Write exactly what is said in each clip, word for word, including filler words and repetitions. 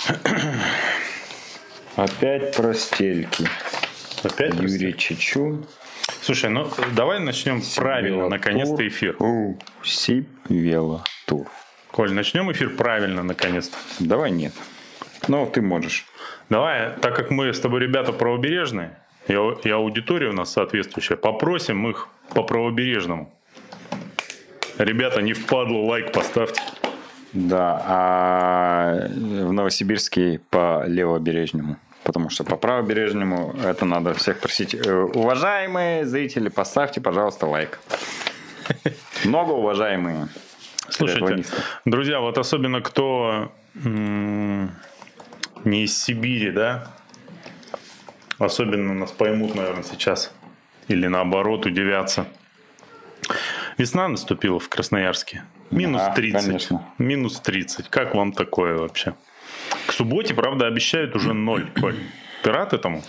Опять про стельки. Опять Юрий Чичу. Слушай, ну давай начнем Сип правильно, велотур. Наконец-то эфир. Сип велотур. Коль, начнем эфир правильно, наконец-то. Давай нет. Ну, ты можешь. Давай, так как мы с тобой ребята правобережные, и, и аудитория у нас соответствующая, попросим их по правобережному. Ребята, не впадло, лайк поставьте. Да, а в Новосибирске по левобережнему. Потому что по правобережнему это надо всех просить. Уважаемые зрители, поставьте, пожалуйста, лайк. Много уважаемые. Слушайте, друзья, вот особенно кто м- не из Сибири, да, особенно нас поймут, наверное, сейчас. Или наоборот удивятся. Весна наступила в Красноярске. Минус да, тридцать. Конечно. Минус тридцать. Как вам такое вообще? К субботе, правда, обещают уже ноль. Коль, ты рад этому?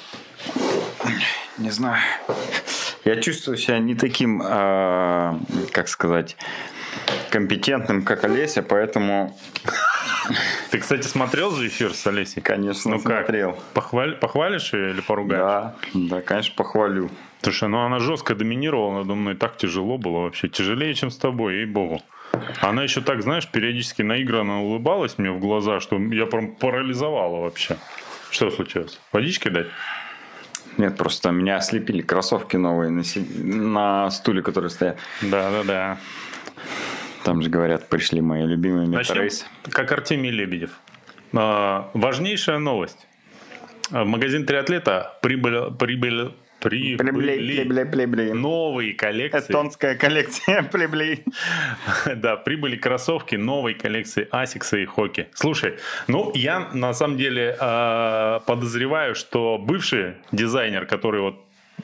Не знаю. Я чувствую себя не таким, э, как сказать, компетентным, как Олеся, поэтому... Ты, кстати, смотрел же эфир с Олесей? Конечно, ну смотрел. Как? Похваль... Похвалишь ее или поругаешь? Да, да, конечно, похвалю. Слушай, ну она жестко доминировала надо мной, так тяжело было вообще. Тяжелее, чем с тобой, ей-богу. Она еще так, знаешь, периодически наигранно улыбалась мне в глаза, что я прям парализовала вообще. Что случилось? Водички дать? Нет, просто меня ослепили кроссовки новые на, си... на стуле, которые стоят. Да-да-да. Там же, говорят, пришли мои любимые метарейсы. Как Артемий Лебедев. А, важнейшая новость. В магазин «Триатлета» прибыль... прибыль Прибыли новые коллекции. Эстонская коллекция прибыли. Да, прибыли кроссовки новой коллекции Asics и Hoka. Слушай, ну я на самом деле э, подозреваю, что бывший дизайнер, который вот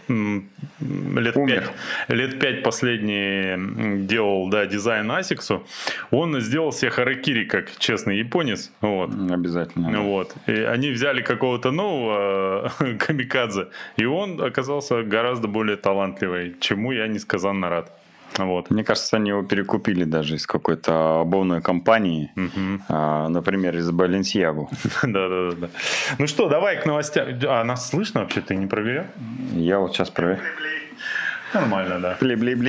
лет пять, лет пять последние делал, да, дизайн Asics, он сделал себе харакири как честный японец. Вот. Обязательно. Вот. И они взяли какого-то нового камикадзе, и он оказался гораздо более талантливый, чему я несказанно рад. Вот. Мне кажется, они его перекупили даже из какой-то обувной компании, угу. а, например, из Balenciaga. Да-да-да. Ну что, давай к новостям. А нас слышно вообще? Ты не проверял? Я вот сейчас проверю. Нормально, да. Бли-бли-бли.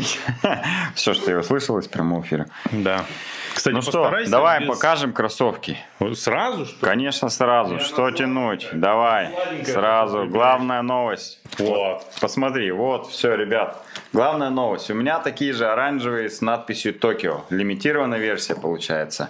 Все, что я услышал из прямого эфира. Да. Кстати, ну что, давай без... покажем кроссовки. Сразу, что ли? Конечно, сразу. Я что тянуть? Давай. Сразу. Главная новость. Вот. Посмотри. Вот, все, ребят. Главная новость. У меня такие же оранжевые с надписью Токио. Лимитированная версия получается.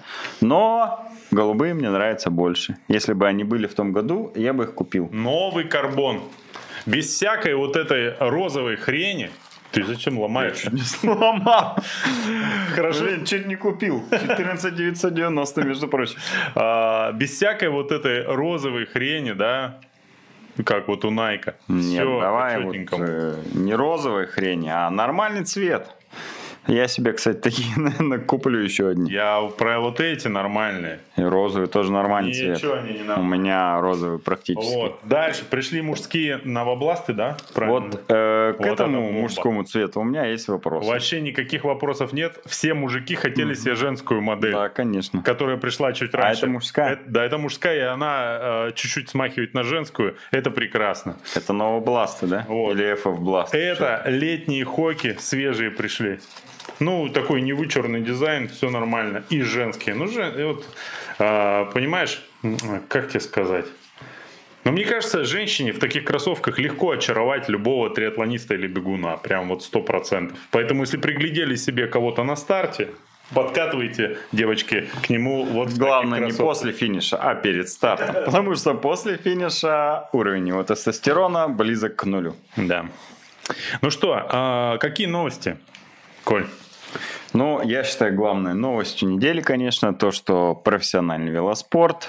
Но голубые мне нравятся больше. Если бы они были в том году, я бы их купил. Новый карбон. Без всякой вот этой розовой хрени. Ты зачем ломаешь? Я чуть не сломал. Хорошо. Блин, чуть не купил. четырнадцать девятьсот девяносто, между прочим. А, без всякой вот этой розовой хрени, да? Как вот у Найка. Нет, Все давай вот, э, не розовой хрени, а нормальный цвет. Я себе, кстати, такие, наверное, куплю еще одни. Я про вот эти нормальные. И розовый тоже нормальный Ничего цвет. Они не нормальные. У меня розовый практически. Вот. Дальше пришли мужские новобласты, да? Правильно? Вот э, к вот этому мужскому цвету у меня есть вопрос. Вообще никаких вопросов нет. Все мужики хотели mm-hmm. себе женскую модель. Да, конечно. Которая пришла чуть раньше. А это мужская? Это, да, это мужская, и она э, чуть-чуть смахивает на женскую. Это прекрасно. Это новобласты, да? Вот. Или эф эф-бласт? Это летние хоки свежие пришли. Ну, такой невычурный дизайн, все нормально. И женские. Ну, же, вот, а, понимаешь, как тебе сказать? Но мне кажется, женщине в таких кроссовках легко очаровать любого триатлониста или бегуна. Прям вот сто процентов. Поэтому, если приглядели себе кого-то на старте, подкатывайте, девочки, к нему вот в Главное, не после финиша, а перед стартом. Потому что после финиша уровень его тестостерона близок к нулю. Да. Ну что, а какие новости, Коль? Ну, я считаю, главной новостью недели, конечно, то, что профессиональный велоспорт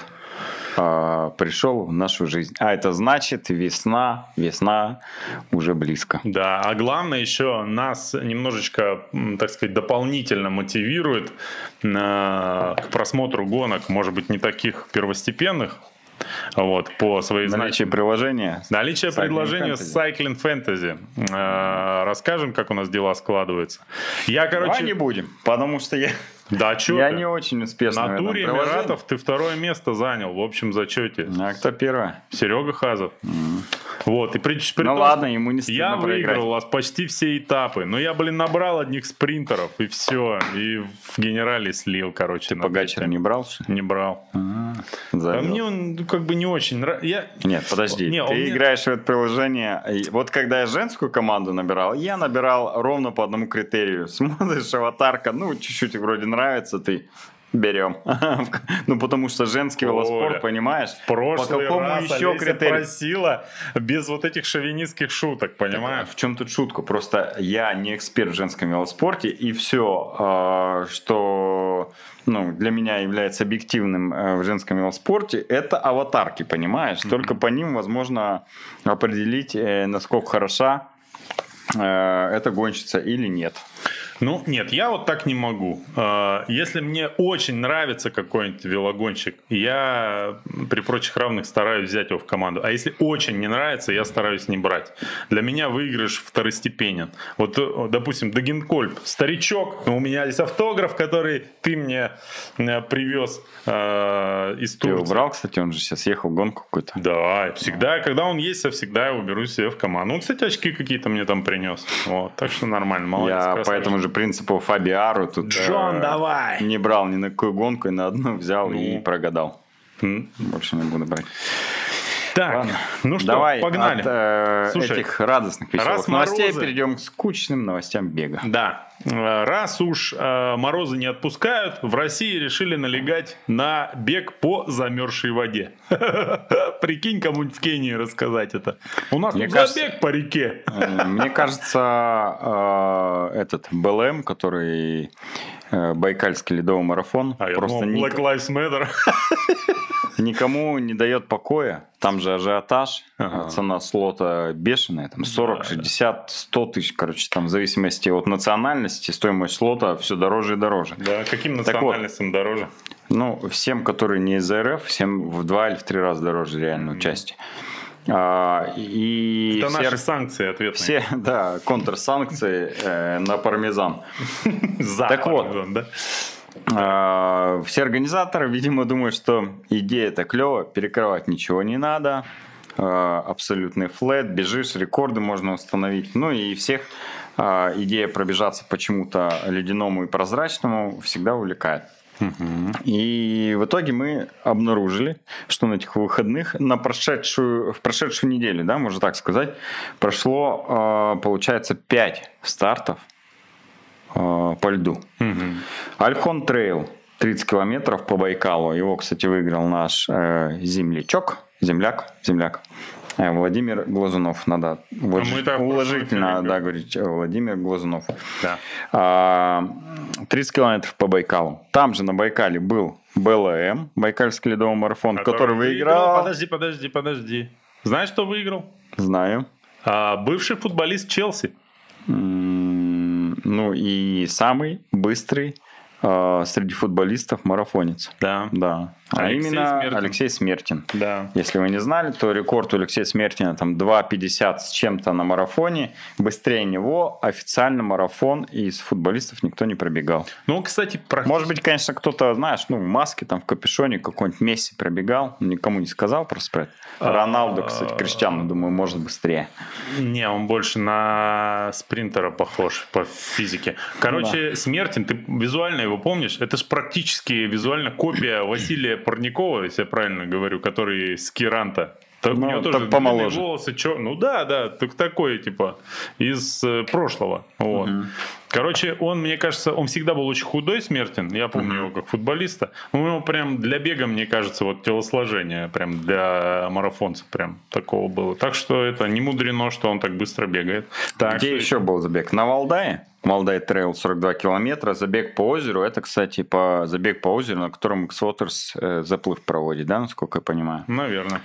э, пришел в нашу жизнь. А это значит, весна, весна уже близко. Да, а главное еще нас немножечко, так сказать, дополнительно мотивирует э, к просмотру гонок, может быть, не таких первостепенных, вот, по своей наличие значимости. приложения. Наличие Cycling предложения Fantasy. С Cycling Fantasy. Э, расскажем, как у нас дела складываются. Я, короче... Давай не будем, потому что я Да, что Я ты? не очень успешно На в этом туре приложении. Эмиратов ты второе место занял в общем зачете. А кто первое? Серега Хазов. Вот, и при, при Ну том, ладно, что ему не стыдно я проиграть. выиграл у вас почти все этапы, но я, блин, набрал одних спринтеров, и все, и в генерале слил, короче. Ты на Погачера третьем. не брал, что ли? Не брал. А, А завел. мне он ну, как бы не очень нравится. Нет, подожди, Не, он ты мне- играешь в это приложение. и Вот когда я женскую команду набирал, я набирал ровно по одному критерию. Смотришь, аватарка, ну, чуть-чуть вроде нравится, ты берем. Ну, потому что женский Оля, велоспорт, понимаешь? В прошлый По какому раз еще Олеся критерию? просила без вот этих шовинистских шуток, понимаешь? В чем тут шутка? Просто я не эксперт в женском велоспорте, и все, что ну, для меня является объективным э, в женском велоспорте, это аватарки, понимаешь? Mm-hmm. Только по ним возможно определить, э, насколько хороша э, эта гонщица или нет. Ну, нет, я вот так не могу. Если мне очень нравится какой-нибудь велогонщик, я при прочих равных стараюсь взять его в команду. А если очень не нравится, я стараюсь не брать. Для меня выигрыш второстепенен. Вот, допустим, Дагенкольб, старичок, у меня есть автограф, который ты мне привез э, из Турции. Ты его брал, кстати, он же сейчас ехал гонку какую-то. Да, всегда, когда он есть, я всегда его беру себе в команду. Он, кстати, очки какие-то мне там принес. Вот, так что нормально, молодец. Я красавчик. по этому же принципу Фабиару тут Джон, э, давай! не брал ни на какую гонку, и на одну взял Ну. и прогадал. М. Больше не буду брать. Так, Ладно. ну что, Давай погнали. от э, Слушай, этих радостных веселых раз новостей морозы- перейдем к скучным новостям бега. Да, э, раз уж э, морозы не отпускают, в России решили налегать на бег по замерзшей воде. Прикинь, кому-нибудь в Кении рассказать это. У нас Мне тут кажется- забег по реке. Э, Мне кажется, э, этот БЛМ, который э, Байкальский ледовый марафон, А я просто думал, ник- Black Lives Matter. никому не дает покоя. Там же ажиотаж, Ага. цена слота бешеная, там сорок, Да, шестьдесят, сто тысяч, короче, там в зависимости от национальности стоимость слота все дороже и дороже. Да, каким Так вот. национальностям дороже? Ну, всем, которые не из РФ, всем в два или в три раза дороже реальной части. А, и Это все, наши санкции ответные. все, да, контрсанкции э, на пармезан. За Так вот. пармезан, да? А, все организаторы, видимо, думают, что идея-то клево, перекрывать ничего не надо, а, абсолютный флэт, бежишь, рекорды можно установить. Ну и всех а, идея пробежаться почему-то ледяному и прозрачному всегда увлекает. И в итоге мы обнаружили, что на этих выходных, на прошедшую, в прошедшую неделю, да, можно так сказать, прошло, а, получается, пять стартов а, по льду. Альхон Трейл, тридцать километров по Байкалу. Его, кстати, выиграл наш э, землячок, земляк, земляк. Э, Владимир Глазунов. Надо улож- мы так в прошлом уважительно эфире да, говорить. э, Владимир Глазунов. Да. А, тридцать километров по Байкалу. Там же на Байкале был БЛМ, Байкальский ледовый марафон, который, выиграл. Подожди, подожди, подожди. Знаешь, кто выиграл? Знаю. А, бывший футболист Челси. М, Ну и самый быстрый э, среди футболистов марафонец. Да. Да. А Алексей именно Смертин. Алексей Смертин. Да. Если вы не знали, то рекорд у Алексея Смертина там два пятьдесят с чем-то на марафоне. Быстрее него официально марафон из футболистов никто не пробегал. Ну, кстати, практически... Может быть, конечно, кто-то, знаешь, ну, в маске, там, в капюшоне какой-нибудь Месси пробегал. Никому не сказал просто про это. Роналду, кстати, Криштиану, думаю, может быстрее. Не, он больше на спринтера похож по физике. Короче, Смертин, ты визуально его помнишь? Это же практически визуально копия Василия Парникова, если я правильно говорю, который с Киранта. Так, Ну, у него так тоже помоложе. длинные волосы, чё- ну да, да, так такой, типа, из э, прошлого. Вот. Мгм. Короче, он, мне кажется, он всегда был очень худой, Смертин. Я помню Мгм. его как футболиста. У него прям для бега, мне кажется, вот телосложение прям для марафонца прям такого было. Так что это не мудрено, что он так быстро бегает. Так, Где что еще был забег? На Валдае. Валдай трейл сорок два километра. Забег по озеру. Это, кстати, по забег по озеру, на котором X-Waters э, заплыв проводит, да, насколько я понимаю. Наверное.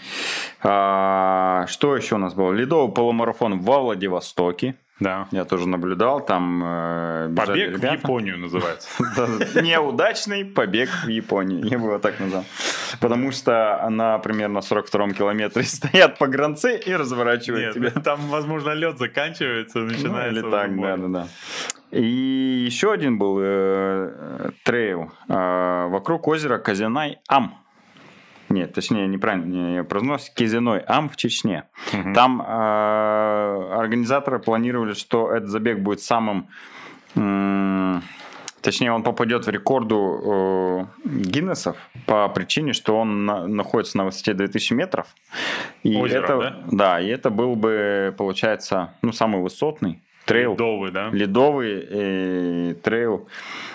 А, что еще у нас было? Ледовый полумарафон во Владивостоке. Да. Я тоже наблюдал. Там э, бежали Побег в ребята. Японию называется. Да, неудачный побег в Японию. Я бы его так назвал. Потому что на примерно сорок втором километре стоят погранцы и разворачивают тебя. Нет, там, возможно, лед заканчивается, Ну, начинается. или уже так, море. да, да, да. И еще один был э, трейл э, вокруг озера Казинай-Ам. Нет, точнее, неправильно произнос, Кизиной-Ам в Чечне. Угу. Там э, организаторы планировали, что этот забег будет самым... Э, точнее, он попадет в рекорду э, Гиннесов по причине, что он на, находится на высоте две тысячи метров. И Озеро, это, да? Да, и это был бы, получается, ну, самый высотный трейл. Ледовый, да? Ледовый э, трейл.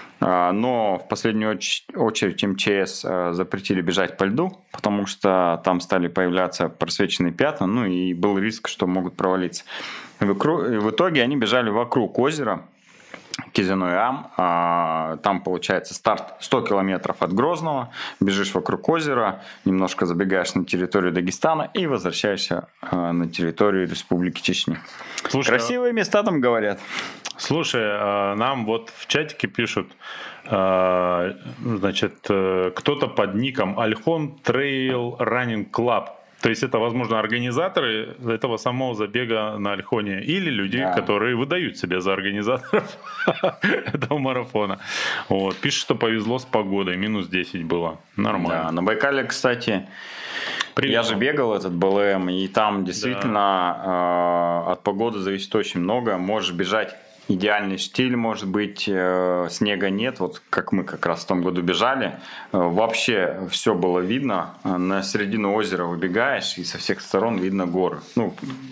Но в последнюю очередь эм че эс запретили бежать по льду, потому что там стали появляться просвеченные пятна, ну и был риск, что могут провалиться. В итоге они бежали вокруг озера Кизиной-Ам. Там получается старт сто километров от Грозного, бежишь вокруг озера, немножко забегаешь на территорию Дагестана и возвращаешься на территорию Республики Чечни. Слушай, красивые места там говорят. Слушай, нам вот в чатике пишут, значит, кто-то под ником Альхон Трейл Раннинг Клаб. То есть это, возможно, организаторы этого самого забега на Альхоне или люди, да. которые выдают себя за организаторов этого марафона. Вот. Пишут, что повезло с погодой, минус десять было. Нормально. Да, на Байкале, кстати, Привет. Я же бегал этот бэ эл эм, и там действительно да. э, от погоды зависит очень много. Можешь бежать. Идеальный штиль, может быть, э, снега нет, вот как мы как раз в том году бежали, э, вообще все было видно, на середину озера выбегаешь, и со всех сторон видно горы. Ну,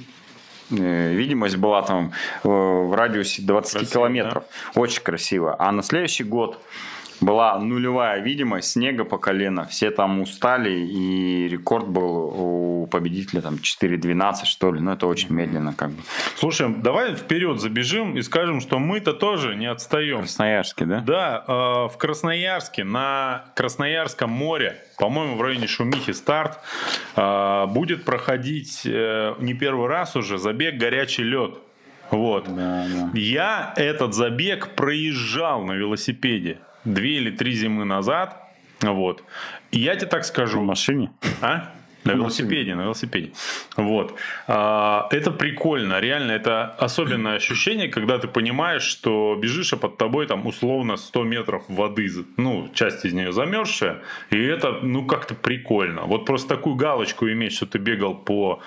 э, видимость была там э, в радиусе двадцать красиво, километров, да? Очень красиво. А на следующий год была нулевая видимость, снега по колено, все там устали, и рекорд был у победителя там четыре двенадцать, что ли, но это очень медленно как бы. Слушай, давай вперед забежим и скажем, что мы-то тоже не отстаем. В Красноярске, да? Да, э, в Красноярске, на Красноярском море, по-моему, в районе Шумихи старт, э, будет проходить э, не первый раз уже забег «Горячий лед». Вот. Да, да. Я этот забег проезжал на велосипеде две или три зимы назад, вот. И я тебе так скажу. В машине? А? На велосипеде, на велосипеде. Вот. А, это прикольно, реально, это особенное ощущение, когда ты понимаешь, что бежишь, а под тобой там условно сто метров воды, ну, часть из нее замерзшая, и это, ну, как-то прикольно. Вот просто такую галочку иметь, что ты бегал по...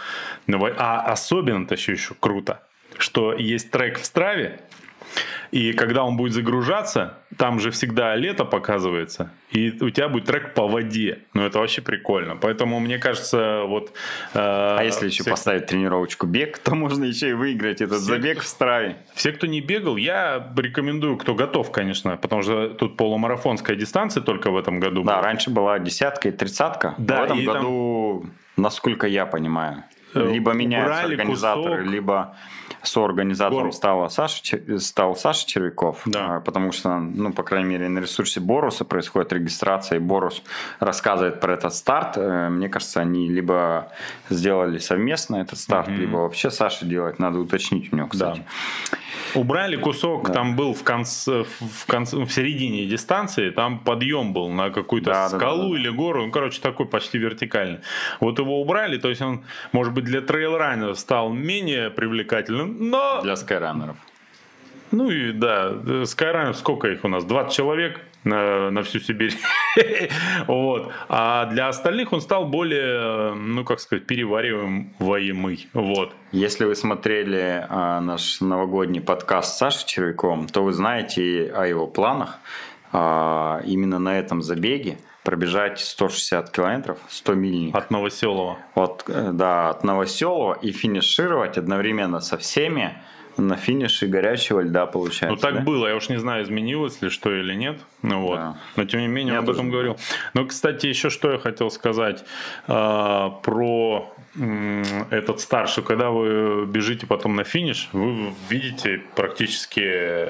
А особенно-то еще, еще круто, что есть трек в Страве, и когда он будет загружаться, там же всегда лето показывается, и у тебя будет трек по воде. Ну, это вообще прикольно. Поэтому, мне кажется, вот... Э, а если еще все... поставить тренировочку бег, то можно еще и выиграть этот все, забег кто... в Страве. Все, кто не бегал, я рекомендую, кто готов, конечно, потому что тут полумарафонская дистанция только в этом году да, была. раньше была десятка и тридцатка. Да, в этом году, там... насколько я понимаю, либо меняются организаторы, кусок. Либо соорганизатором стала Саша, стал Саша Червяков, да. Потому что, ну, по крайней мере, на ресурсе Боруса происходит регистрация, и Борус рассказывает про этот старт. Мне кажется, они либо сделали совместно этот старт, mm-hmm. либо вообще Саша делает, надо уточнить у него, кстати. Да. Убрали кусок, да. Там был в, конце, в, конце, в середине дистанции, там подъем был на какую-то да, скалу да, да, да. или гору, ну, короче, такой почти вертикальный. Вот его убрали, то есть он, может быть, для трейлранеров стал менее привлекательным, но... Для скайранеров. Ну и да, скайранеров сколько их у нас? двадцать человек на, на всю Сибирь. Вот. А для остальных он стал более, ну как сказать, перевариваемый. Вот. Если вы смотрели а, наш новогодний подкаст с Сашей Червяковым, то вы знаете о его планах а, именно на этом забеге пробежать сто шестьдесят километров, сто миль. От Новоселова. Вот, да, от Новоселова и финишировать одновременно со всеми на финише горячего льда, получается. Ну так да? было, я уж не знаю, изменилось ли что или нет. Ну, вот. Да. Но тем не менее я об этом говорил. Но, кстати, еще что я хотел сказать э, про э, этот старт, что когда вы бежите потом на финиш, вы видите практически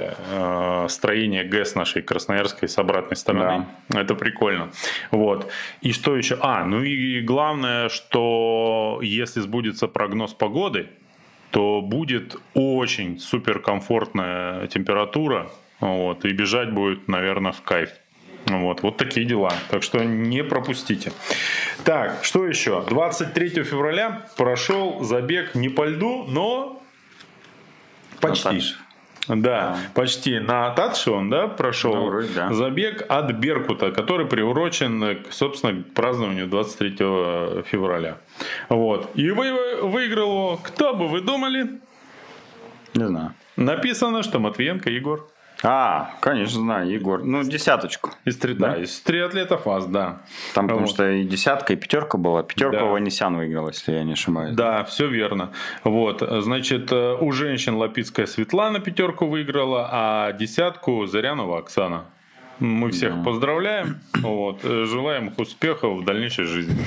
э, строение ГЭС нашей Красноярской с обратной стороны. Да. Это прикольно. Вот. И что еще? А, ну и главное, что если сбудется прогноз погоды, то будет очень суперкомфортная температура, вот, и бежать будет, наверное, в кайф. Вот, вот такие дела. Так что не пропустите. Так, что еще? двадцать третьего февраля прошел забег не по льду, но почти. Да, а. почти на Татше он, да, прошел ну, вроде, да. забег от Беркута, который приурочен, собственно, к празднованию двадцать третьего февраля. Вот. И вы, выиграл его, кто бы вы думали? Не знаю. Написано, что Матвиенко Егор. А, конечно, знаю, Егор. Ну, десяточку. Из три, да, да из триатлетов АС, да. Там, потому вот. что и десятка, и пятерка была. Пятерка да. Ванесян выиграл, если я не ошибаюсь. Да, все верно. Вот, значит, у женщин Лапицкая Светлана пятерку выиграла, а десятку Зарянова Оксана. Мы всех да. поздравляем. Вот, желаем их успехов в дальнейшей жизни.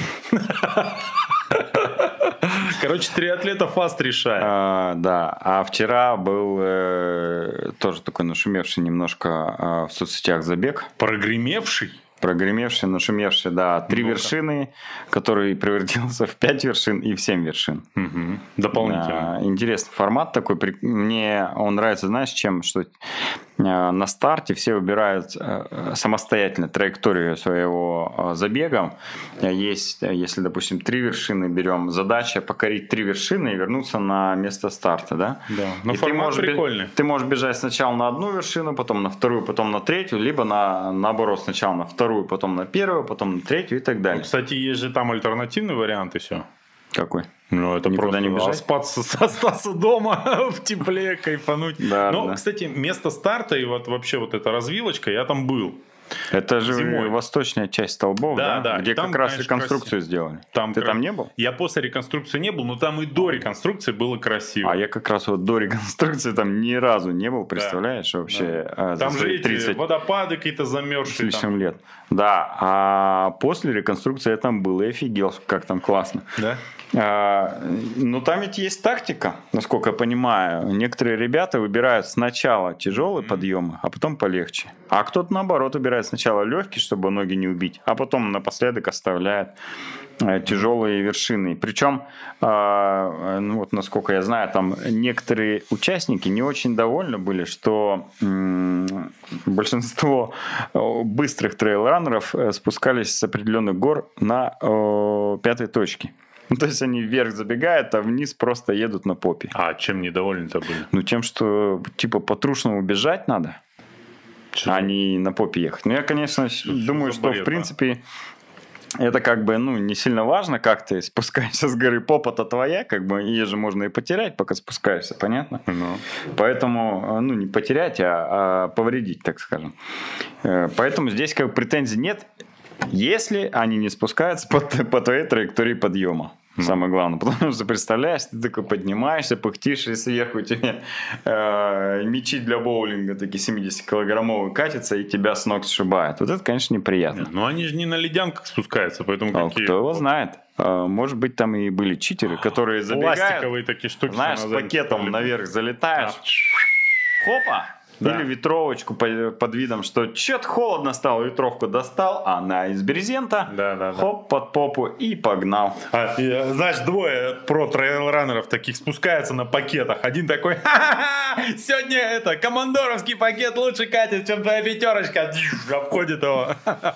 Короче, триатлета фаст решает. А, да, а вчера был э, тоже такой нашумевший немножко э, в соцсетях забег. Прогремевший? Прогремевший, нашумевший, да. Три Ну-ка. вершины, который превратился в пять вершин и в семь вершин. Угу. Дополнительно. А, интересный формат такой. Мне он нравится, знаешь, чем? Что на старте все выбирают самостоятельно траекторию своего забега. Есть, если, допустим, три вершины берем, задача покорить три вершины и вернуться на место старта, да? Да, но и формат ты можешь, прикольный. Ты можешь бежать сначала на одну вершину, потом на вторую, потом на третью, либо на, наоборот, сначала на вторую, потом на первую, потом на третью и так далее. Ну, кстати, есть же там альтернативный вариант еще. Какой? Ну, это Никуда просто не бежать? Остаться, остаться дома в тепле, кайфануть. Да, Но, да. кстати, место старта и вот вообще вот эта развилочка, я там был. Это же зимой. Восточная часть Столбов, да? Да, да. Где там, как раз конечно, реконструкцию красиво. сделали. Там Ты кра... там не был? Я после реконструкции не был, но там и до реконструкции было красиво. А я как раз вот до реконструкции там ни разу не был, представляешь, да. вообще. Да. Там же эти тридцать водопады какие-то замерзшие. С лишним там. лет. Да, а после реконструкции я там был и офигел, как там классно. Да? А, но там ведь есть тактика, насколько я понимаю. Некоторые ребята выбирают сначала тяжелые mm-hmm. подъемы, а потом полегче. А кто-то наоборот выбирает сначала легкий, чтобы ноги не убить, а потом напоследок оставляет тяжелые вершины. Причем, э, ну вот насколько я знаю, там некоторые участники не очень довольны были, что э, большинство быстрых трейл-раннеров спускались с определенных гор на э, пятой точке. Ну, то есть они вверх забегают, а вниз просто едут на попе. А чем недовольны-то были? Ну, тем, что типа по-трушному бежать надо, что? А не на попе ехать. Ну, я, конечно, что думаю, что бред, в принципе... Это как бы, ну, не сильно важно, как ты спускаешься с горы. Попа-то твоя, как бы, ее же можно и потерять, пока спускаешься, понятно? No. Поэтому, ну, не потерять, а, а повредить, так скажем. Поэтому здесь как бы претензий нет, если они не спускаются по, по твоей траектории подъема. Mm. Самое главное, потому что, представляешь, ты такой поднимаешься, пыхтишь, и сверху у тебя э, мячи для боулинга такие семидесятикилограммовые катятся, и тебя с ног сшибают. Вот это, конечно, неприятно. Но они же не на ледянках спускаются, поэтому а какие... Кто его знает. Может быть, там и были читеры, которые забегают. Пластиковые такие штуки. Знаешь, с пакетом наверх залетаешь. Хопа! Да. Или ветровочку под видом, что что-то холодно стало, ветровку достал, а она из брезента, да, да, хоп, да. под попу и погнал. А, и, знаешь, двое про трейл-раннеров таких спускаются на пакетах. Один такой, ха-ха-ха, сегодня это, командоровский пакет лучше катит, чем твоя пятерочка. Обходит его.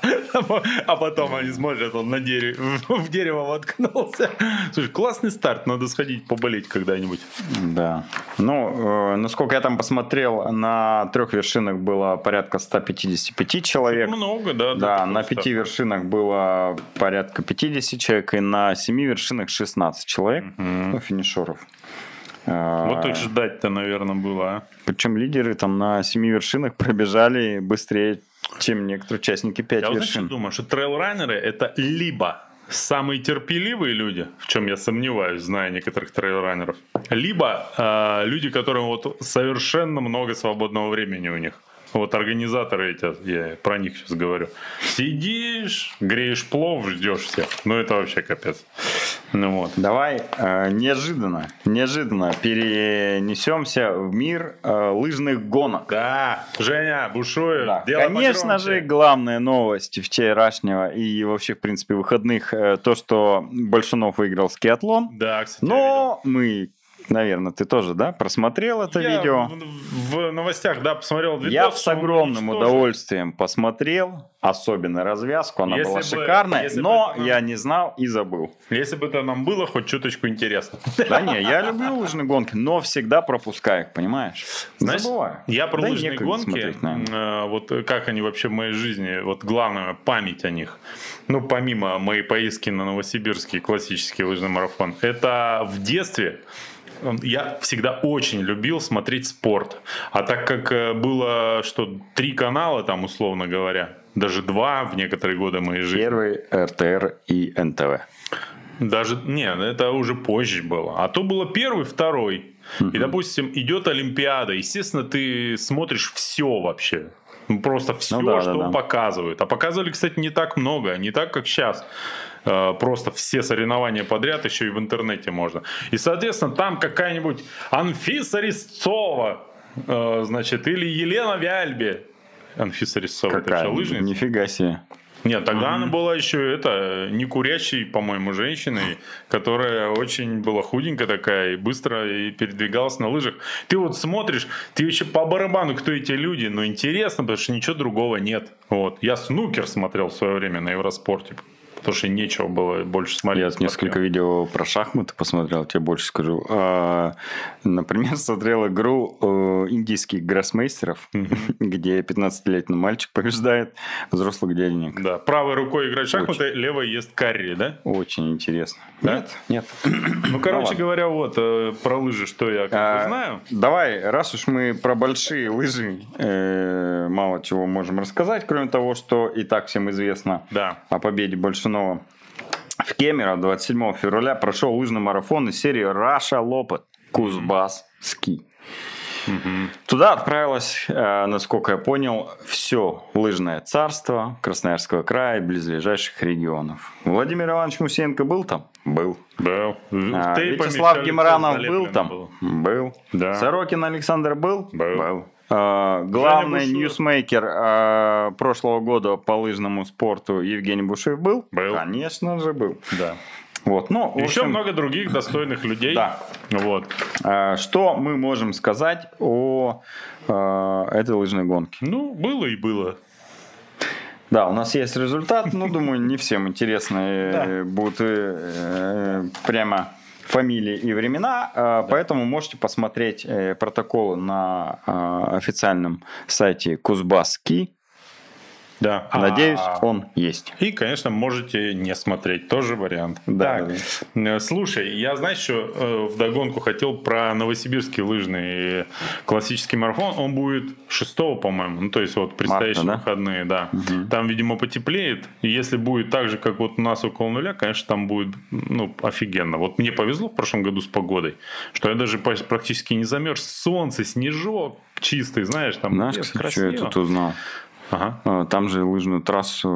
А потом они смотрят, он на дереве, в дерево воткнулся. Слушай, классный старт, надо сходить поболеть когда-нибудь. Да. Ну, э, насколько я там посмотрел, на На трех вершинах было порядка ста пятидесяти пяти человек. Много, да. Да, на пяти вершинах было порядка пятидесяти человек, и на семи вершинах шестнадцать человек, угу. ну, финишеров. Вот их ждать-то, наверное, было. А? Причем лидеры там на семи вершинах пробежали быстрее, чем некоторые участники пяти я вершин. Я думаю, что трейл-раннеры это либо самые терпеливые люди, в чем я сомневаюсь, зная некоторых трейл-раннеров, либо э, люди, которым вот совершенно много свободного времени у них. Вот организаторы эти, я про них сейчас говорю. Сидишь, греешь плов, ждешь всех. Ну, это вообще капец. Ну вот. Давай э, неожиданно, неожиданно перенесемся в мир э, лыжных гонок. Да, Женя, бушует. Да. Конечно погромче. Же, главная новость вчерашнего и вообще, в принципе, выходных, э, то, что Большунов выиграл скиатлон. Да, кстати, но мы... наверное, ты тоже, да, просмотрел это Я видео? В, в новостях, да, посмотрел видос. Я с огромным уничтожил. удовольствием посмотрел, особенно развязку, она Если была бы- шикарная, если бы но это нам- я не знал и забыл. Если бы это нам было хоть чуточку интересно. Да не, я люблю лыжные гонки, но всегда пропускаю их, понимаешь? Знаешь, Забываю. я про Да и лыжные некогда гонки, смотреть, наверное. э, вот как они вообще в моей жизни, вот главное, память о них. Ну, помимо моей поездки на Новосибирский классический лыжный марафон, это в детстве я всегда очень любил смотреть спорт. А так как э, было, что три канала там, условно говоря, даже два в некоторые годы моей жизни. Первый, эр тэ эр и эн тэ вэ. Даже, не, это уже позже было. А то было первый, второй. И, допустим, идет Олимпиада. Естественно, ты смотришь все вообще. Ну, просто все, Ну да, что да, да. показывают. А показывали, кстати, не так много. Не так, как сейчас. Э, Просто все соревнования подряд, еще и в интернете можно. И, соответственно, там какая-нибудь Анфиса Резцова, э, значит, или Елена Вяльбе. Анфиса Резцова, это Какая? что, лыжница? Нифига себе. Нет, тогда она была еще это не курящей, по-моему, женщиной, которая очень была худенькая такая и быстро и передвигалась на лыжах. Ты вот смотришь, ты еще по барабану, кто эти люди, но интересно, потому что ничего другого нет. Вот. Я снукер смотрел в свое время на Евроспорте, потому что нечего было больше смотреть. Я несколько видео про шахматы посмотрел, тебе больше скажу. А, например, смотрел игру э, индийских гроссмейстеров, где пятнадцатилетний мальчик побеждает взрослых дяденек. Да, правой рукой играть в шахматы, левой ест карри, да? Очень интересно. Да? Нет? Нет. Ну, короче ладно. говоря, вот э, про лыжи, что я как бы А, знаю. Давай, раз уж мы про большие лыжи э, мало чего можем рассказать, кроме того, что и так всем известно Да. о победе Большинова. В Кемерово двадцать седьмого февраля прошел лыжный марафон из серии Russia Lopet Кузбасс Ski. Туда отправилось, э, насколько я понял, все лыжное царство Красноярского края и близлежащих регионов. Владимир Иванович Мусенко был там? Был. Был. А, Тейпами Вячеслав всё Гемранов лицо был залеплено там? было. Был. Да. Сорокин Александр был? Был. А, главный Бушуев. ньюсмейкер а, прошлого года по лыжному спорту Евгений Бушуев был? Был. Конечно же был. Да. Вот, ну, в Еще общем, много других достойных людей. Да. Вот. а, что мы можем сказать о а, этой лыжной гонке? Ну, было и было. Да, у нас есть результат, ну, думаю, не всем интересны э, будут э, прямо фамилии и времена, э, поэтому можете посмотреть э, протоколы на э, официальном сайте Кузбасс-Ski. Да. Надеюсь, А, он есть. И, конечно, можете не смотреть. Тоже вариант. Да, Так, да. э, слушай, я, знаешь, что э, вдогонку хотел про новосибирский лыжный э, классический марафон. Он будет шестого, по-моему. Ну, то есть, вот предстоящие Марта, да? выходные, да. Там, видимо, потеплеет. И если будет так же, как вот у нас около нуля, конечно, там будет, ну, офигенно. Вот мне повезло в прошлом году с погодой, что я даже по- практически не замерз. Солнце, снежок чистый, знаешь, там Знаешь, лес, кстати, что я красиво. тут узнал? Ага. А, Там же лыжную трассу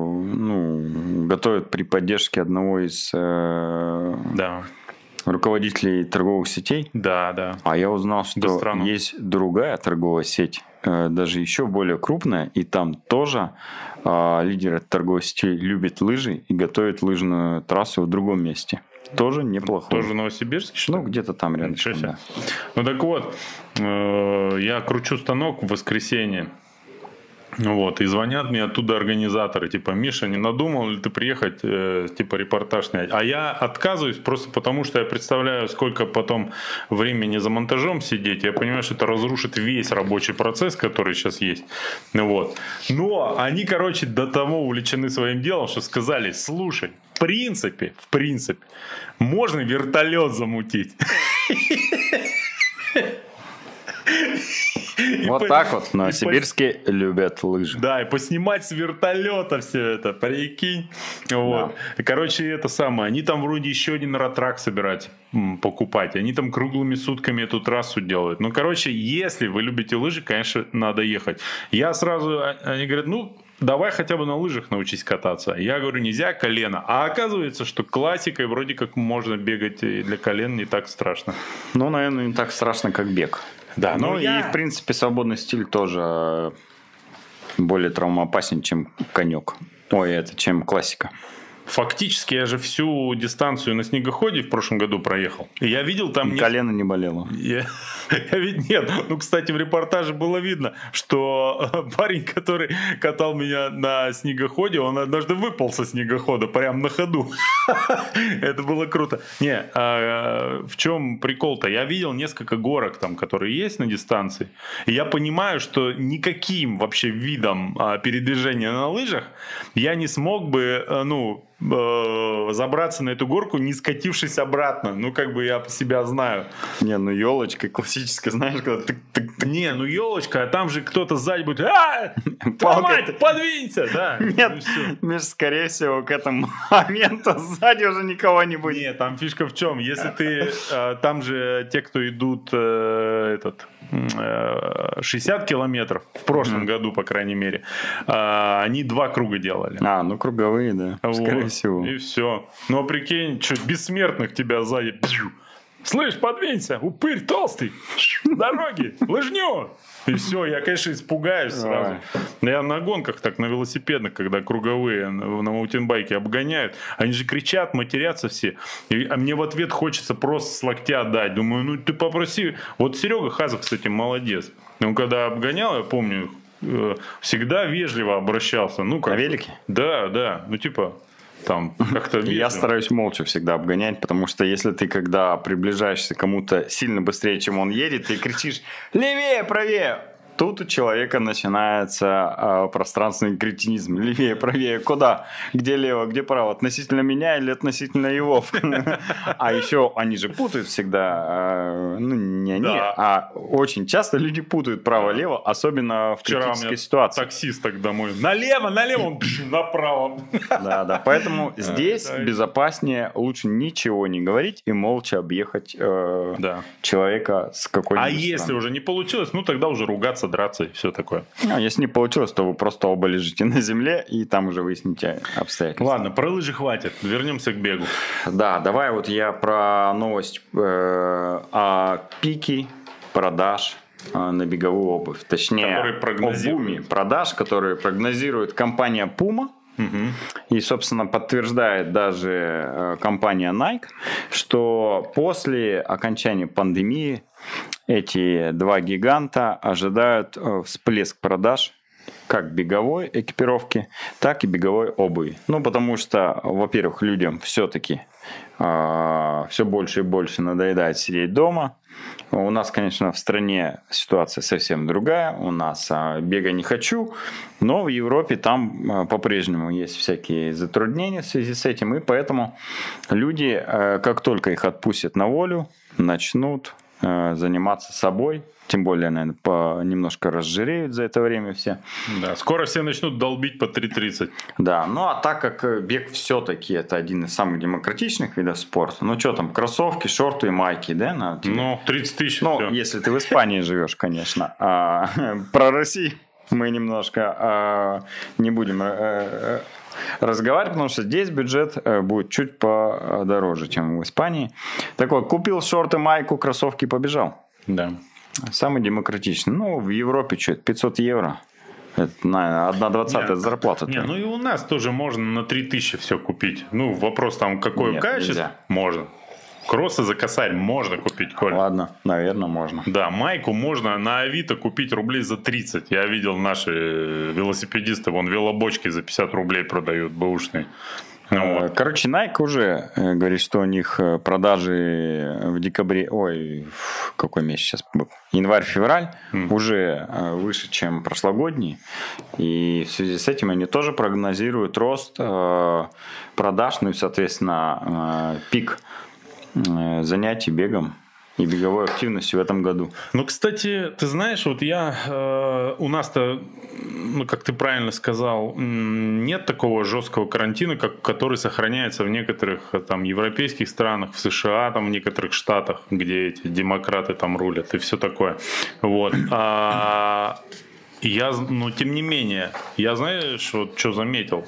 ну, готовят при поддержке одного из э, Да. руководителей торговых сетей. Да, да. А я узнал, что Быстрону. есть другая торговая сеть, э, даже еще более крупная, и там тоже э, лидеры торговой сети любят лыжи и готовят лыжную трассу в другом месте. Тоже неплохо. Тоже Новосибирск, что ли? Ну, где-то там рядом. Ничего себе. Да. Ну так вот, э, я кручу станок в воскресенье. Вот, и звонят мне оттуда организаторы, типа, Миша, не надумал ли ты приехать, э, типа, репортаж снять? А я отказываюсь просто потому, что я представляю, сколько потом времени за монтажом сидеть. Я понимаю, что это разрушит весь рабочий процесс, который сейчас есть. Вот. Но они, короче, до того увлечены своим делом, что сказали, слушай, в принципе, в принципе, можно вертолет замутить. И Вот по- так вот в и Новосибирске любят лыжи. Да, и поснимать с вертолета все это, прикинь. Вот. И, короче, это самое. Они там вроде еще один ратрак собирать, м, покупать. Они там круглыми сутками эту трассу делают. Ну, короче, если вы любите лыжи, конечно, надо ехать. Я сразу, а- они говорят, ну, давай хотя бы на лыжах научись кататься. Я говорю, нельзя колено. А оказывается, что классикой вроде как можно бегать и для колен не так страшно. Ну, наверное, не так страшно, как бег. Да, Ну, но и, я- в принципе, свободный стиль тоже более травмоопасен, чем конек. Ой, это чем классика. Фактически я же всю дистанцию на снегоходе в прошлом году проехал. И я видел там... Не... Колено не болело. Я... я вид... Нет, ну, кстати, в репортаже было видно, что парень, который катал меня на снегоходе, он однажды выпал со снегохода прямо на ходу. Это было круто. Не, а в чем прикол-то? Я видел несколько горок там, которые есть на дистанции. И я понимаю, что никаким вообще видом передвижения на лыжах я не смог бы, ну, забраться на эту горку, не скатившись обратно. Ну, как бы я себя знаю. Не, ну елочка классическая, знаешь, когда ты... Не, ну елочка, а там же кто-то сзади будет: а, мать, подвинься, да. Нет, Миш, скорее всего, к этому моменту сзади уже никого не будет. Нет, там фишка в чем? Если ты, там же те, кто идут, этот... шестьдесят километров в прошлом mm. году, по крайней мере, а, они два круга делали. А, ну круговые, да, вот. Скорее всего. И все. Ну, а прикинь, что, бессмертных тебя сзади. Слышь, подвинься, упырь толстый, дороги, лыжню. И все, я, конечно, испугаюсь сразу. Я на гонках, так, на велосипедных, когда круговые на маутинбайке обгоняют, они же кричат, матерятся все. И, а мне в ответ хочется просто с локтя дать. Думаю, ну ты попроси. Вот Серега Хазов, кстати, молодец. Он когда обгонял, я помню, всегда вежливо обращался. Ну, как... На велике? Да, да. Ну, типа... Там как-то я стараюсь молча всегда обгонять, потому что если ты, когда приближаешься к кому-то сильно быстрее, чем он едет, ты кричишь «левее, правее!», тут у человека начинается э, пространственный кретинизм. Левее, правее, куда? Где лево, где право? Относительно меня или относительно его? А еще они же путают всегда. Ну, не они, а очень часто люди путают право-лево, особенно в критической ситуации. Таксист так домой. Налево, налево, он направо. Да, да. Поэтому здесь безопаснее лучше ничего не говорить и молча объехать человека с какой-нибудь. А если уже не получилось, ну тогда уже ругаться, драться и все такое. А если не получилось, то вы просто оба лежите на земле и там уже выясните обстоятельства. Ладно, про лыжи хватит. Вернемся к бегу. Да, давай вот я про новость э, о пике продаж э, на беговую обувь. Точнее, о буме продаж, которые прогнозирует компания Puma. Угу. И, собственно, подтверждает даже э, компания Nike, что после окончания пандемии эти два гиганта ожидают э, всплеск продаж как беговой экипировки, так и беговой обуви. Ну, потому что, во-первых, людям все-таки э, все больше и больше надоедает сидеть дома. У нас, конечно, в стране ситуация совсем другая. У нас а, бега не хочу, но в Европе там а, по-прежнему есть всякие затруднения в связи с этим. И поэтому люди, а, как только их отпустят на волю, начнут а, заниматься собой. Тем более, наверное, по, немножко разжиреют за это время все. Да, скоро все начнут долбить по три тридцать. Да, ну а так как бег все-таки это один из самых демократичных видов спорта, ну что там, кроссовки, шорты и майки, да? На тебе? Ну, тридцать тысяч. Ну, все. Если ты в Испании живешь, конечно. А, про Россию мы немножко а, не будем а, разговаривать, потому что здесь бюджет будет чуть подороже, чем в Испании. Так вот, купил шорты, майку, кроссовки, побежал. Да. Самый демократичный. Ну, в Европе что, пятьсот евро. Это, наверное, одна двадцатая зарплата. Не, ну и у нас тоже можно на три тысячи все купить. Ну, вопрос там, какое Нет, качество. Нельзя. Можно. Кроссы за косарь можно купить, Коль. Ладно, наверное, можно. Да, майку можно на Авито купить рублей за тридцать. Я видел наши велосипедисты, вон велобочки за пятьдесят рублей продают, бэушные. Ну, вот. Короче, Nike уже говорит, что у них продажи в декабре, ой, какой месяц сейчас был, январь-февраль, mm. уже выше, чем прошлогодний. И в связи с этим они тоже прогнозируют рост продаж, ну и, соответственно, пик занятий бегом и беговой активностью в этом году. Ну, кстати, ты знаешь, вот я, э, у нас-то, ну, как ты правильно сказал, нет такого жесткого карантина, как, который сохраняется в некоторых там европейских странах, в США, там в некоторых штатах, где эти демократы там рулят и все такое. Вот. А я, но тем не менее, я, знаешь, вот что заметил,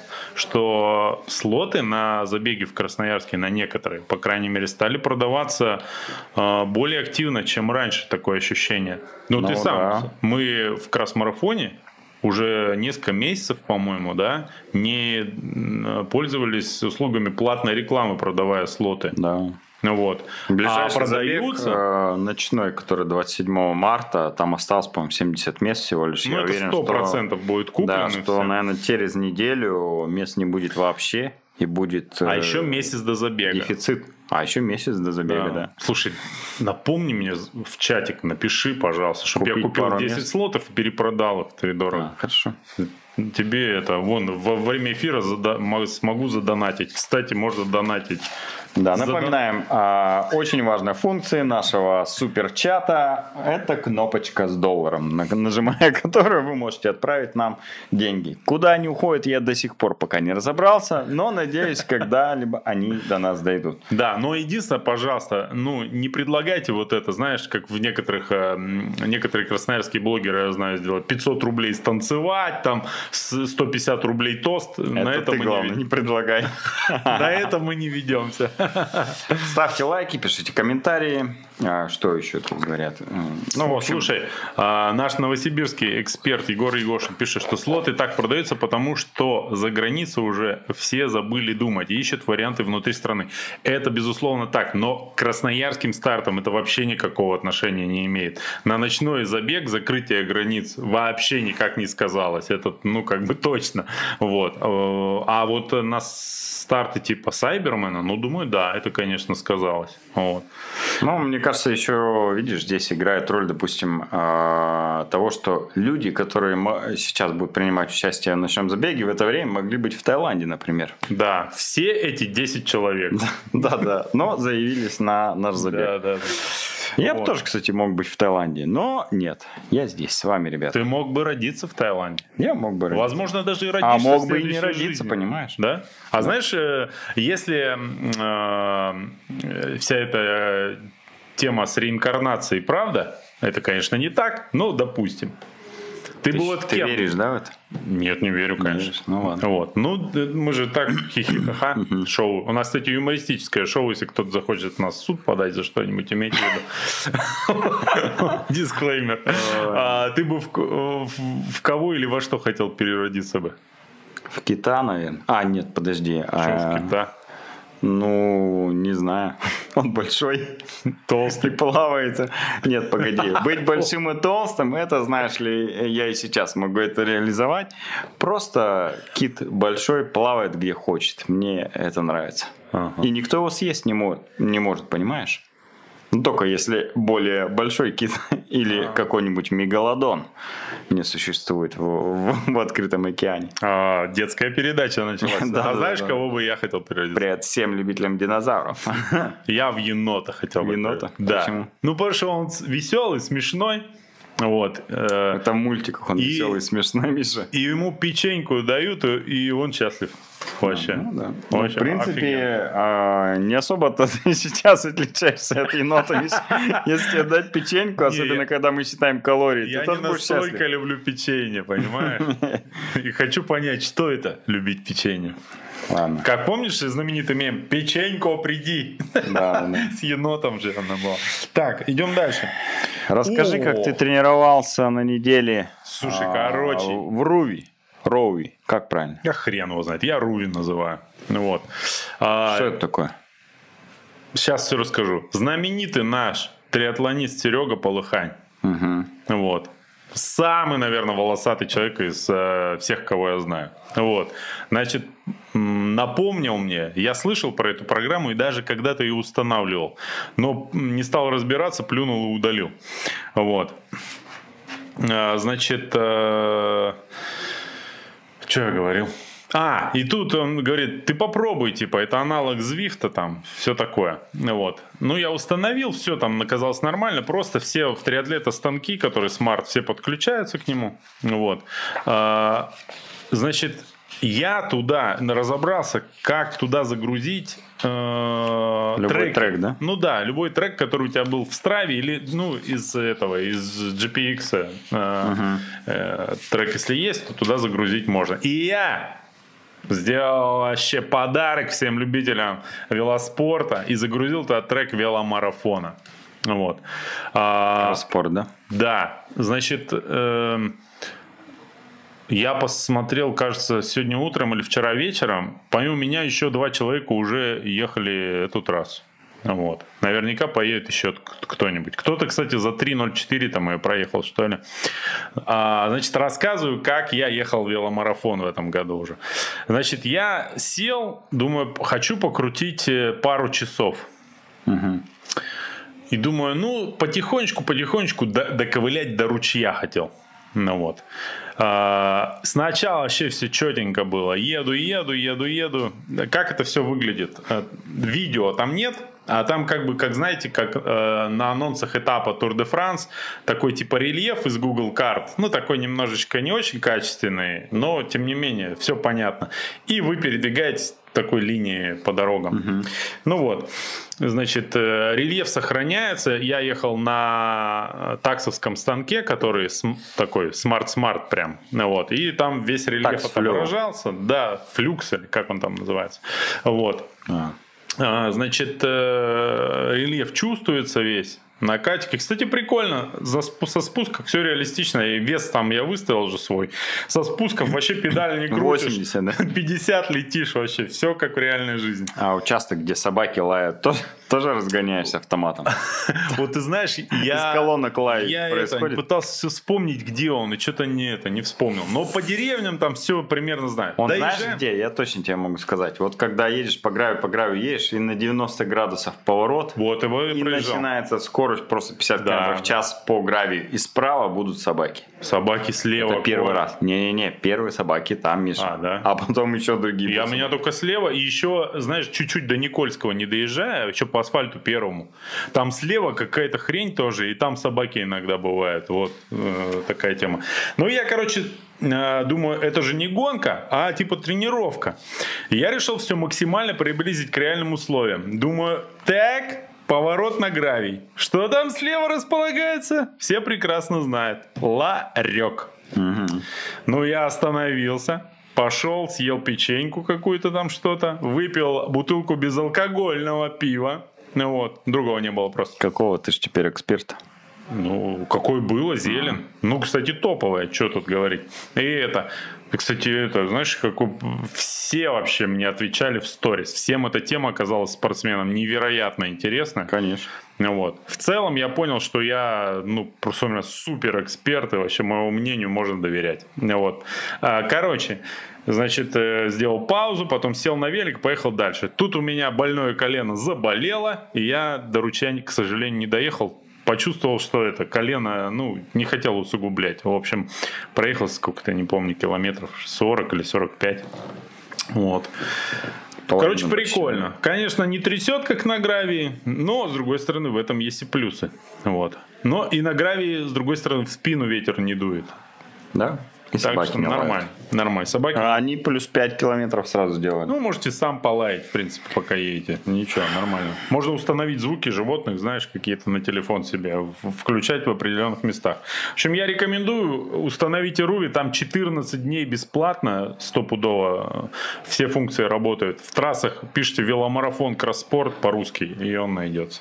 что слоты на забеги в Красноярске, на некоторые, по крайней мере, стали продаваться э, более активно, чем раньше, такое ощущение. Ну, ну ты сам, да. мы в кросс-марафоне уже несколько месяцев, по-моему, да, не пользовались услугами платной рекламы, продавая слоты. Да. Вот. Ближайший а продаются... забег, э, ночной, который двадцать седьмого марта, там осталось, по-моему, семьдесят мест всего лишь. Ну, Я это уверен, сто процентов что, будет куплено. да, что, наверное, через неделю мест не будет вообще. И будет а э, еще месяц до забега. Дефицит. А еще месяц до забега, да. да. Слушай, напомни мне в чатик, напиши, пожалуйста, чтобы я купил десять мест. Слотов и перепродал их втридорого. А, хорошо. Тебе это, вон, во время эфира зада- смогу задонатить. Кстати, можно донатить. Да, напоминаем, э, очень важная функция нашего суперчата – это кнопочка с долларом, нажимая которую вы можете отправить нам деньги. Куда они уходят, я до сих пор пока не разобрался, но надеюсь, когда-либо они до нас дойдут. Да, но единственное, пожалуйста, ну не предлагайте вот это, знаешь, как в некоторых, э, некоторые красноярские блогеры, я знаю, сделали пятьсот рублей станцевать, там сто пятьдесят рублей тост. Это на это ты, мы главное, не, не предлагай. На это мы не ведемся. Ставьте лайки, пишите комментарии. А, что еще тут говорят? Ну, в общем... Слушай, а, наш новосибирский эксперт Егор Егошин пишет, что слоты так продаются, потому что за границей уже все забыли думать и ищут варианты внутри страны. Это, безусловно, так, но к красноярским стартам это вообще никакого отношения не имеет. На ночной забег закрытие границ вообще никак не сказалось. Это, ну, как бы точно. Вот. А вот на старты типа Сайбермена, ну, думаю, да, это, конечно, сказалось. Вот. Ну, мне кажется, еще, видишь, здесь играет роль, допустим, того, что люди, которые сейчас будут принимать участие в ночном забеге, в это время могли быть в Таиланде, например. Да, все эти десять человек. Да, да, но заявились на наш забег. Да, да, да. Я вот. бы тоже, кстати, мог быть в Таиланде, но нет, я здесь с вами, ребята. Ты мог бы родиться в Таиланде. Я мог бы родиться. Возможно, даже и родиться. А мог бы и не родиться, жизни. Понимаешь? Да? А да. Знаешь, если э, вся эта тема с реинкарнацией правда, это, конечно, не так, но допустим. Ты, ты, бы вот ты кем? веришь, да, в это? Нет, не верю, конечно. Веришь? Ну ладно. Вот. Ну, мы же так хихихаха шоу. У нас, кстати, юмористическое шоу, если кто-то захочет нас в суд подать за что-нибудь, имейте в виду. Дисклеймер. Ты бы в кого или во что хотел переродиться бы? В кита, наверное. А, нет, подожди. Почему в кита? Ну, не знаю. Он большой, толстый, плавает. Нет, погоди. Быть большим и толстым, это, знаешь ли, я и сейчас могу это реализовать. Просто кит большой плавает где хочет. Мне это нравится. Ага. И никто его съесть не может, не может, понимаешь? Ну, только если более большой кит или а. какой-нибудь мегалодон не существует в, в, в открытом океане. А, детская передача началась. да, а да, знаешь, да. кого бы я хотел переродиться? Привет всем любителям динозавров. Я в енота хотел бы. Енота? Да. Почему? Ну, потому что он веселый, смешной. Вот. Это в мультиках он и, веселый, смешной, Миша. И ему печеньку дают, и он счастлив. Вообще. Ну, да. Ну, в принципе, а, не особо-то ты сейчас отличаешься от енота. Если тебе дать печеньку, особенно когда мы считаем калории, я ты не настолько люблю печенье, понимаешь? И хочу понять, что это любить печенье. Ладно. Как помнишь знаменитый мем «Печенько, приди». Да, да. С енотом же она была. Так, идем дальше. Расскажи, О! как ты тренировался на неделе. Слушай, короче. В Руви. Роуи. Как правильно? Я хрен его знает. Я Руви называю. Вот. Что а, это такое? Сейчас все расскажу. Знаменитый наш триатлонист Серега Полыхань. Угу. Вот. Самый, наверное, волосатый человек из э, всех, кого я знаю. Вот. Значит, напомнил мне, я слышал про эту программу и даже когда-то ее устанавливал, но не стал разбираться, плюнул и удалил. Вот. А, значит, э, что я говорил? А, и тут он говорит, ты попробуй, типа, это аналог Звифта, там, все такое. Вот. Ну, я установил, все там оказалось нормально, просто все в триатлета станки, которые смарт, все подключаются к нему. Вот. А, значит, я туда разобрался, как туда загрузить э, любой трек. трек, да? Ну да, любой трек, который у тебя был в Страве или, ну, из этого, из джи пи икс э, uh-huh. э, трек, если есть, то туда загрузить можно. И я сделал вообще подарок всем любителям велоспорта и загрузил туда трек веломарафона. Вот. А, спорт, да? Да. Значит, э, Я посмотрел, кажется, сегодня утром или вчера вечером. Помимо меня еще два человека уже ехали эту трассу. Вот. Наверняка поедет еще кто-нибудь. Кто-то, кстати, за три ноль четыре там я проехал, что ли. А, значит, рассказываю, как я ехал в веломарафон в этом году уже. Значит, я сел, думаю, хочу покрутить пару часов. Угу. И думаю, ну, потихонечку, потихонечку доковылять до ручья хотел. Ну вот. А, сначала вообще все четенько было. Еду, еду, еду, еду. Как это все выглядит? Видео там нет. А там как бы, как знаете, как э, на анонсах этапа Тур де Франс, такой типа рельеф из Google карт. Ну, такой немножечко не очень качественный, но тем не менее, все понятно. И вы передвигаетесь такой линии по дорогам. Угу. Ну вот, значит, э, рельеф сохраняется. Я ехал на таксовском станке, который см- такой смарт-смарт прям. Вот. И там весь рельеф Такс отображался. Да, флюкс, или как он там называется. Вот. А. Значит, рельеф чувствуется весь. На катике. Кстати, прикольно. За, со спуска все реалистично. И вес там я выставил уже свой. Со спуском вообще педаль не крутишь. восемьдесят, да? пятьдесят летишь вообще. Все как в реальной жизни. А участок, где собаки лают, тоже, тоже разгоняешься автоматом? Вот ты знаешь, я... Из колонок лают Я происходит. это, пытался вспомнить, где он. И что-то не, это, не вспомнил. Но по деревням там все примерно знаю. Он знаешь где? Я точно тебе могу сказать. Вот когда едешь по гравию, по гравию едешь, и на девяносто градусов поворот. Вот его и, и проезжал. Начинается скорость просто пятьдесят Да. километров в час по гравию. И справа будут собаки. Собаки слева. Это первый раз. Не-не-не, первые собаки там, Миша. А, да? А потом еще другие. Я будут. меня только слева. И еще, знаешь, чуть-чуть до Никольского не доезжая, еще по асфальту первому. Там слева какая-то хрень тоже. И там собаки иногда бывают. Вот э, такая тема. Ну, я, короче... Думаю, это же не гонка, а типа тренировка. Я решил все максимально приблизить к реальным условиям. Думаю, так, поворот на гравий. Что там слева располагается? Все прекрасно знают. Ларек. Угу. Ну, я остановился. Пошел, съел печеньку какую-то там что-то. Выпил бутылку безалкогольного пива. Ну вот, другого не было просто. Какого? Ты же теперь эксперт. Ну, какое было, зелень. Ну, кстати, топовое, что тут говорить. И это, кстати, это, знаешь, как все вообще мне отвечали в сторис. Всем эта тема оказалась спортсменам невероятно интересна. Конечно. Вот. В целом я понял, что я, ну, просто у меня супер эксперт, и вообще моему мнению можно доверять. Вот. Короче, значит, сделал паузу, потом сел на велик, поехал дальше. Тут у меня больное колено заболело, и я до ручья, к сожалению, не доехал. Почувствовал, что это колено, ну, не хотел усугублять. В общем, проехал сколько-то, не помню, километров сорок или сорок пять. Вот. Короче, прикольно. Конечно, не трясет, как на гравии, но, с другой стороны, в этом есть и плюсы. Вот. Но и на гравии, с другой стороны, в спину ветер не дует. Да? И так собаки что не нормально. лают. Нормально. Собаки. А они плюс пять километров сразу делают. Ну, можете сам полаять, в принципе, пока едете. Ничего, нормально. Можно установить звуки животных, знаешь, какие-то на телефон себе, включать в определенных местах. В общем, я рекомендую, установите Руви, там четырнадцать дней бесплатно, стопудово, все функции работают. В трассах пишите веломарафон кросспорт по-русски, и он найдется.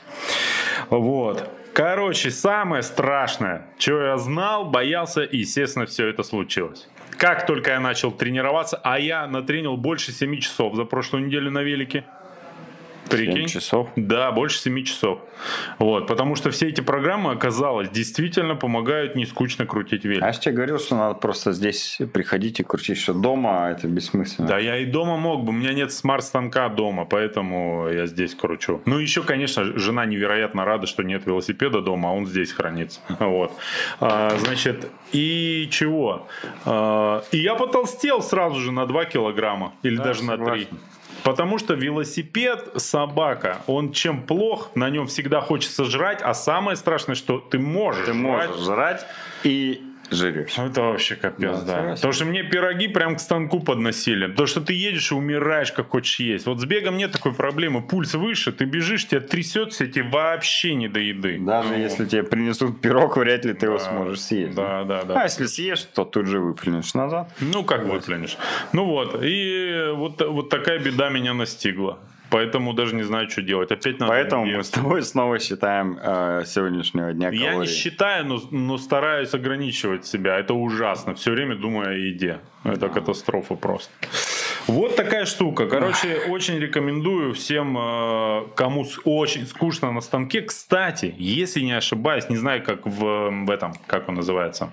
Вот. Короче, самое страшное, чего я знал, боялся, и, естественно, все это случилось. Как только я начал тренироваться, а я натренил больше семи часов за прошлую неделю на велике. Прикинь? семь часов? Да, больше семи часов. Вот, потому что все эти программы, оказалось, действительно помогают не скучно крутить велик. А я же тебе говорил, что надо просто здесь приходить и крутить, что дома это бессмысленно. Да, я и дома мог бы. У меня нет смарт-станка дома, поэтому я здесь кручу. Ну, еще, конечно, жена невероятно рада, что нет велосипеда дома, а он здесь хранится. Вот. А, значит, и чего? А, и я потолстел сразу же на два килограмма. Или да, даже согласен. На три. Потому что велосипед собака, он чем плох, на нем всегда хочется жрать, а самое страшное, что ты можешь ты жрать. можешь жрать и жиришь. Это вообще капец, да. да. Потому что мне пироги прям к станку подносили. Потому что ты едешь и умираешь, как хочешь есть. Вот с бегом нет такой проблемы. Пульс выше, ты бежишь, тебя трясется, и тебе вообще не до еды. Даже ну, если тебе принесут пирог, вряд ли ты да, его сможешь съесть. Да, да, да. А если съешь, то тут же выплюнешь назад. Ну, как вот. выплюнешь. Ну вот. И вот, вот такая беда меня настигла. Поэтому даже не знаю, что делать. Опять надо. Поэтому мы с тобой снова считаем э, сегодняшнего дня калорий. Я не считаю, но, но стараюсь ограничивать себя. Это ужасно. Все время думаю о еде. Это да. Катастрофа просто. Вот такая штука. Короче, очень рекомендую всем, кому очень скучно на станке. Кстати, если не ошибаюсь, не знаю, как в, в этом, как он называется,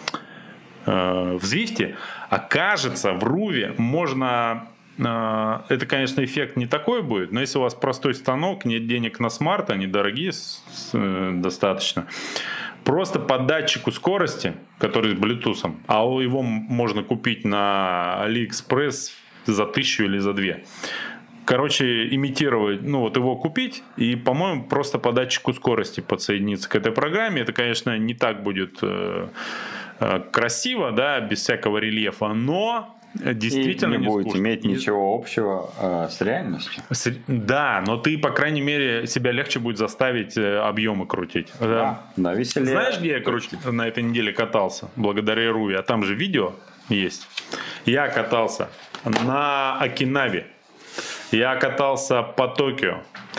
в Звифте, окажется, в Руве можно... Это, конечно, эффект не такой будет, но если у вас простой станок, нет денег на смарт, они дорогие достаточно, просто по датчику скорости, который с Bluetooth, а его можно купить на AliExpress за тысячу или за две. Короче, имитировать, ну вот его купить и, по-моему, просто по датчику скорости подсоединиться к этой программе. Это, конечно, не так будет э, э, красиво, да, без всякого рельефа, но... Действительно и не, не будет скучно. иметь ничего общего э, с реальностью. С, да, но ты, по крайней мере, себя легче будет заставить э, объемы крутить. Да, да, веселее. Знаешь, где я, короче, на этой неделе катался? Благодаря Руви. А там же видео есть. Я катался на Окинаве. Я катался по Токио.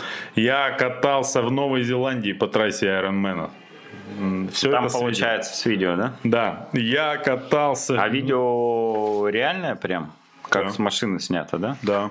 Я катался в Новой Зеландии по трассе Ironman. Все там это получается с видео, да? Да. Я катался... А видео реальное прям? Как да. с машины снято, да? Да.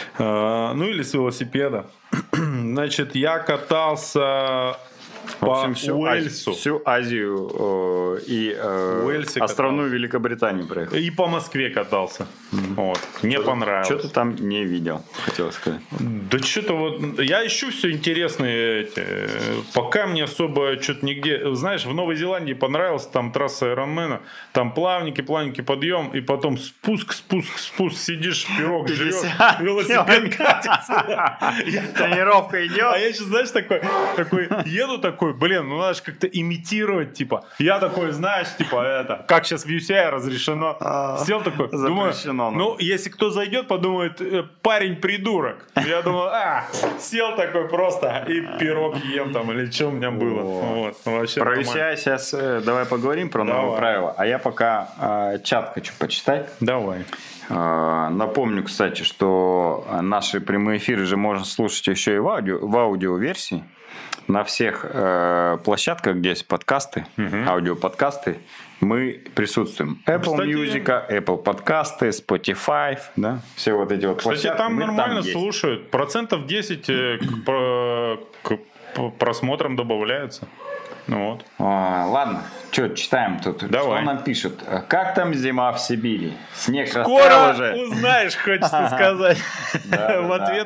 А, ну или с велосипеда. Значит, я катался... В общем, по всю, Уэльсу. Азию, всю Азию э, и э, островную Великобританию проехал. И по Москве катался. Mm-hmm. Вот. Мне что понравилось. Что-то там не видел, хотел сказать. Да что-то вот... Я ищу все интересные эти... Пока мне особо что-то нигде... Знаешь, в Новой Зеландии понравилась там трасса Ironman. Там плавники, плавники, подъем. И потом спуск, спуск, спуск. Сидишь, пирог жрешь. Велосипед катится. Тренировка идет. А я сейчас, знаешь, такой, такой еду такой, блин, ну надо же как-то имитировать, типа. Я такой, знаешь, типа, это, как сейчас в ю си ай разрешено. Сел такой, думаю, ну, если кто зайдет, подумает, парень придурок. Я думаю, а, сел такой просто и пирог ем там, или что у меня было. Вот, вообще про ю си ай сейчас давай поговорим, про давай. новые правила. А я пока э, чат хочу почитать. Давай. Э, напомню, кстати, что наши прямые эфиры же можно слушать еще и в, аудио, в аудиоверсии. На всех э, площадках, где есть подкасты, uh-huh. аудиоподкасты, мы присутствуем. Apple Кстати, Music, Apple подкасты, Spotify, да, все вот эти вот Кстати, площадки. там нормально там слушают. Процентов десять к, к просмотрам добавляется. Ну, вот. А, ладно, что читаем тут? Давай. Что нам пишут? Как там зима в Сибири? Снег Скоро уже. Узнаешь, хочется сказать. В ответ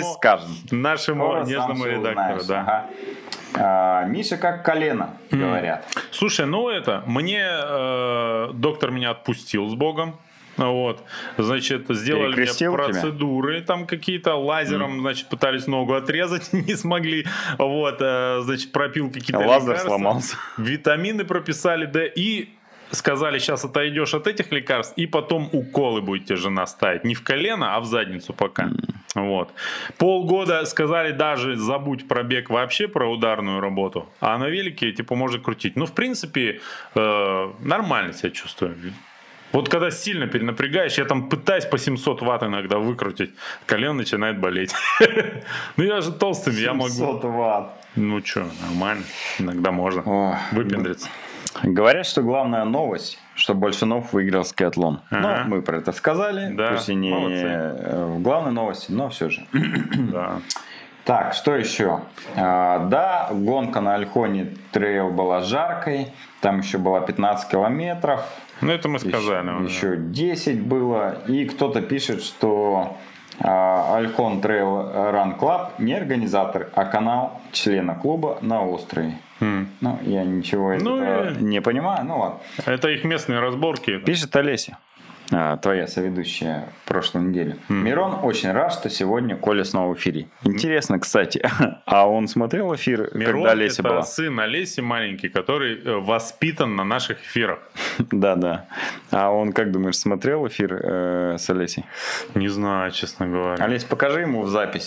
нашему нежному редактору. Миша как колено, говорят. Слушай, ну это, мне доктор меня отпустил с Богом. Вот, значит, сделали мне процедуры тебя? Там какие-то лазером, mm. значит, пытались ногу отрезать, не смогли. Вот, значит, пропил какие-то лазер лекарства, сломался. Витамины прописали, да, и сказали, сейчас отойдешь от этих лекарств, и потом уколы будет тебе жена ставить. Не в колено, а в задницу пока. Mm. Вот. Полгода сказали, даже забудь про бег вообще, про ударную работу, а на велике, типа, можно крутить. Ну, в принципе, э, нормально себя чувствую. Вот когда сильно перенапрягаешь, я там пытаюсь по семьсот ватт иногда выкрутить, колено начинает болеть. Ну я же толстым, я могу. семьсот ватт. Ну что, нормально, иногда можно выпендриться. Говорят, что главная новость, что Большунов выиграл скиатлон. Ну, мы про это сказали, пусть и не в главной новости, но все же. Да. Так, что еще? А, да, гонка на Ольхоне трейл была жаркой, там еще было пятнадцать километров. Ну, это мы сказали. Еще, еще десять было. И кто-то пишет, что Ольхон Трейл Run Club не организатор, а канал члена клуба на острове. Mm. Ну, я ничего ну, этого и... не понимаю. Ну ладно. Это их местные разборки. Пишет Олеся, твоя соведущая в прошлой неделе. Mm. Мирон очень рад, что сегодня Коля снова в эфире. Интересно, кстати, а он смотрел эфир, Мирон когда Олеся это была? Сын Олеси маленький, который воспитан на наших эфирах. Да-да. А он, как думаешь, смотрел эфир э, с Олесей? Не знаю, честно говоря. Олесь, покажи ему в записи.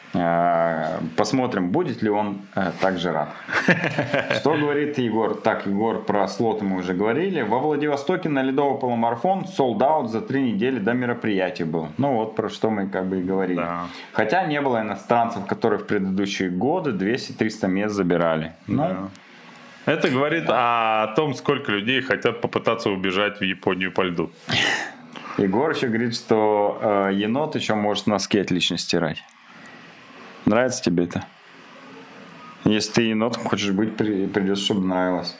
Посмотрим, будет ли он так же рад. Что говорит Егор? Так, Егор, про слоты мы уже говорили. Во Владивостоке на ледовый полумарафон sold out за три недели до мероприятия был. Ну вот, про что мы как бы и говорили. Да. Хотя не было иностранцев, которые в предыдущие годы двести-триста мест забирали. Ну, да. Это говорит о том, сколько людей хотят попытаться убежать в Японию по льду. Егор еще говорит, что э, енот еще может носки отлично стирать. Нравится тебе это? Если ты енотом хочешь быть, придется, чтобы нравилось.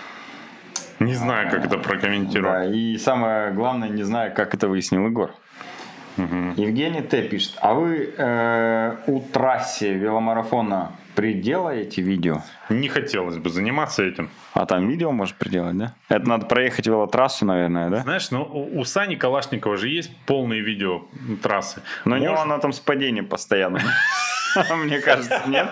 Не знаю, как это прокомментировать. Да, и самое главное, не знаю, как это выяснил Егор. Угу. Евгений Т. пишет. А вы э, у трассе веломарафона приделаете видео? Не хотелось бы заниматься этим. А там видео можешь приделать, да? Это надо проехать велотрассу, наверное, да? Знаешь, ну у Сани Калашникова же есть полные видео трассы. Но у него она там с падением постоянно. Мне кажется, нет.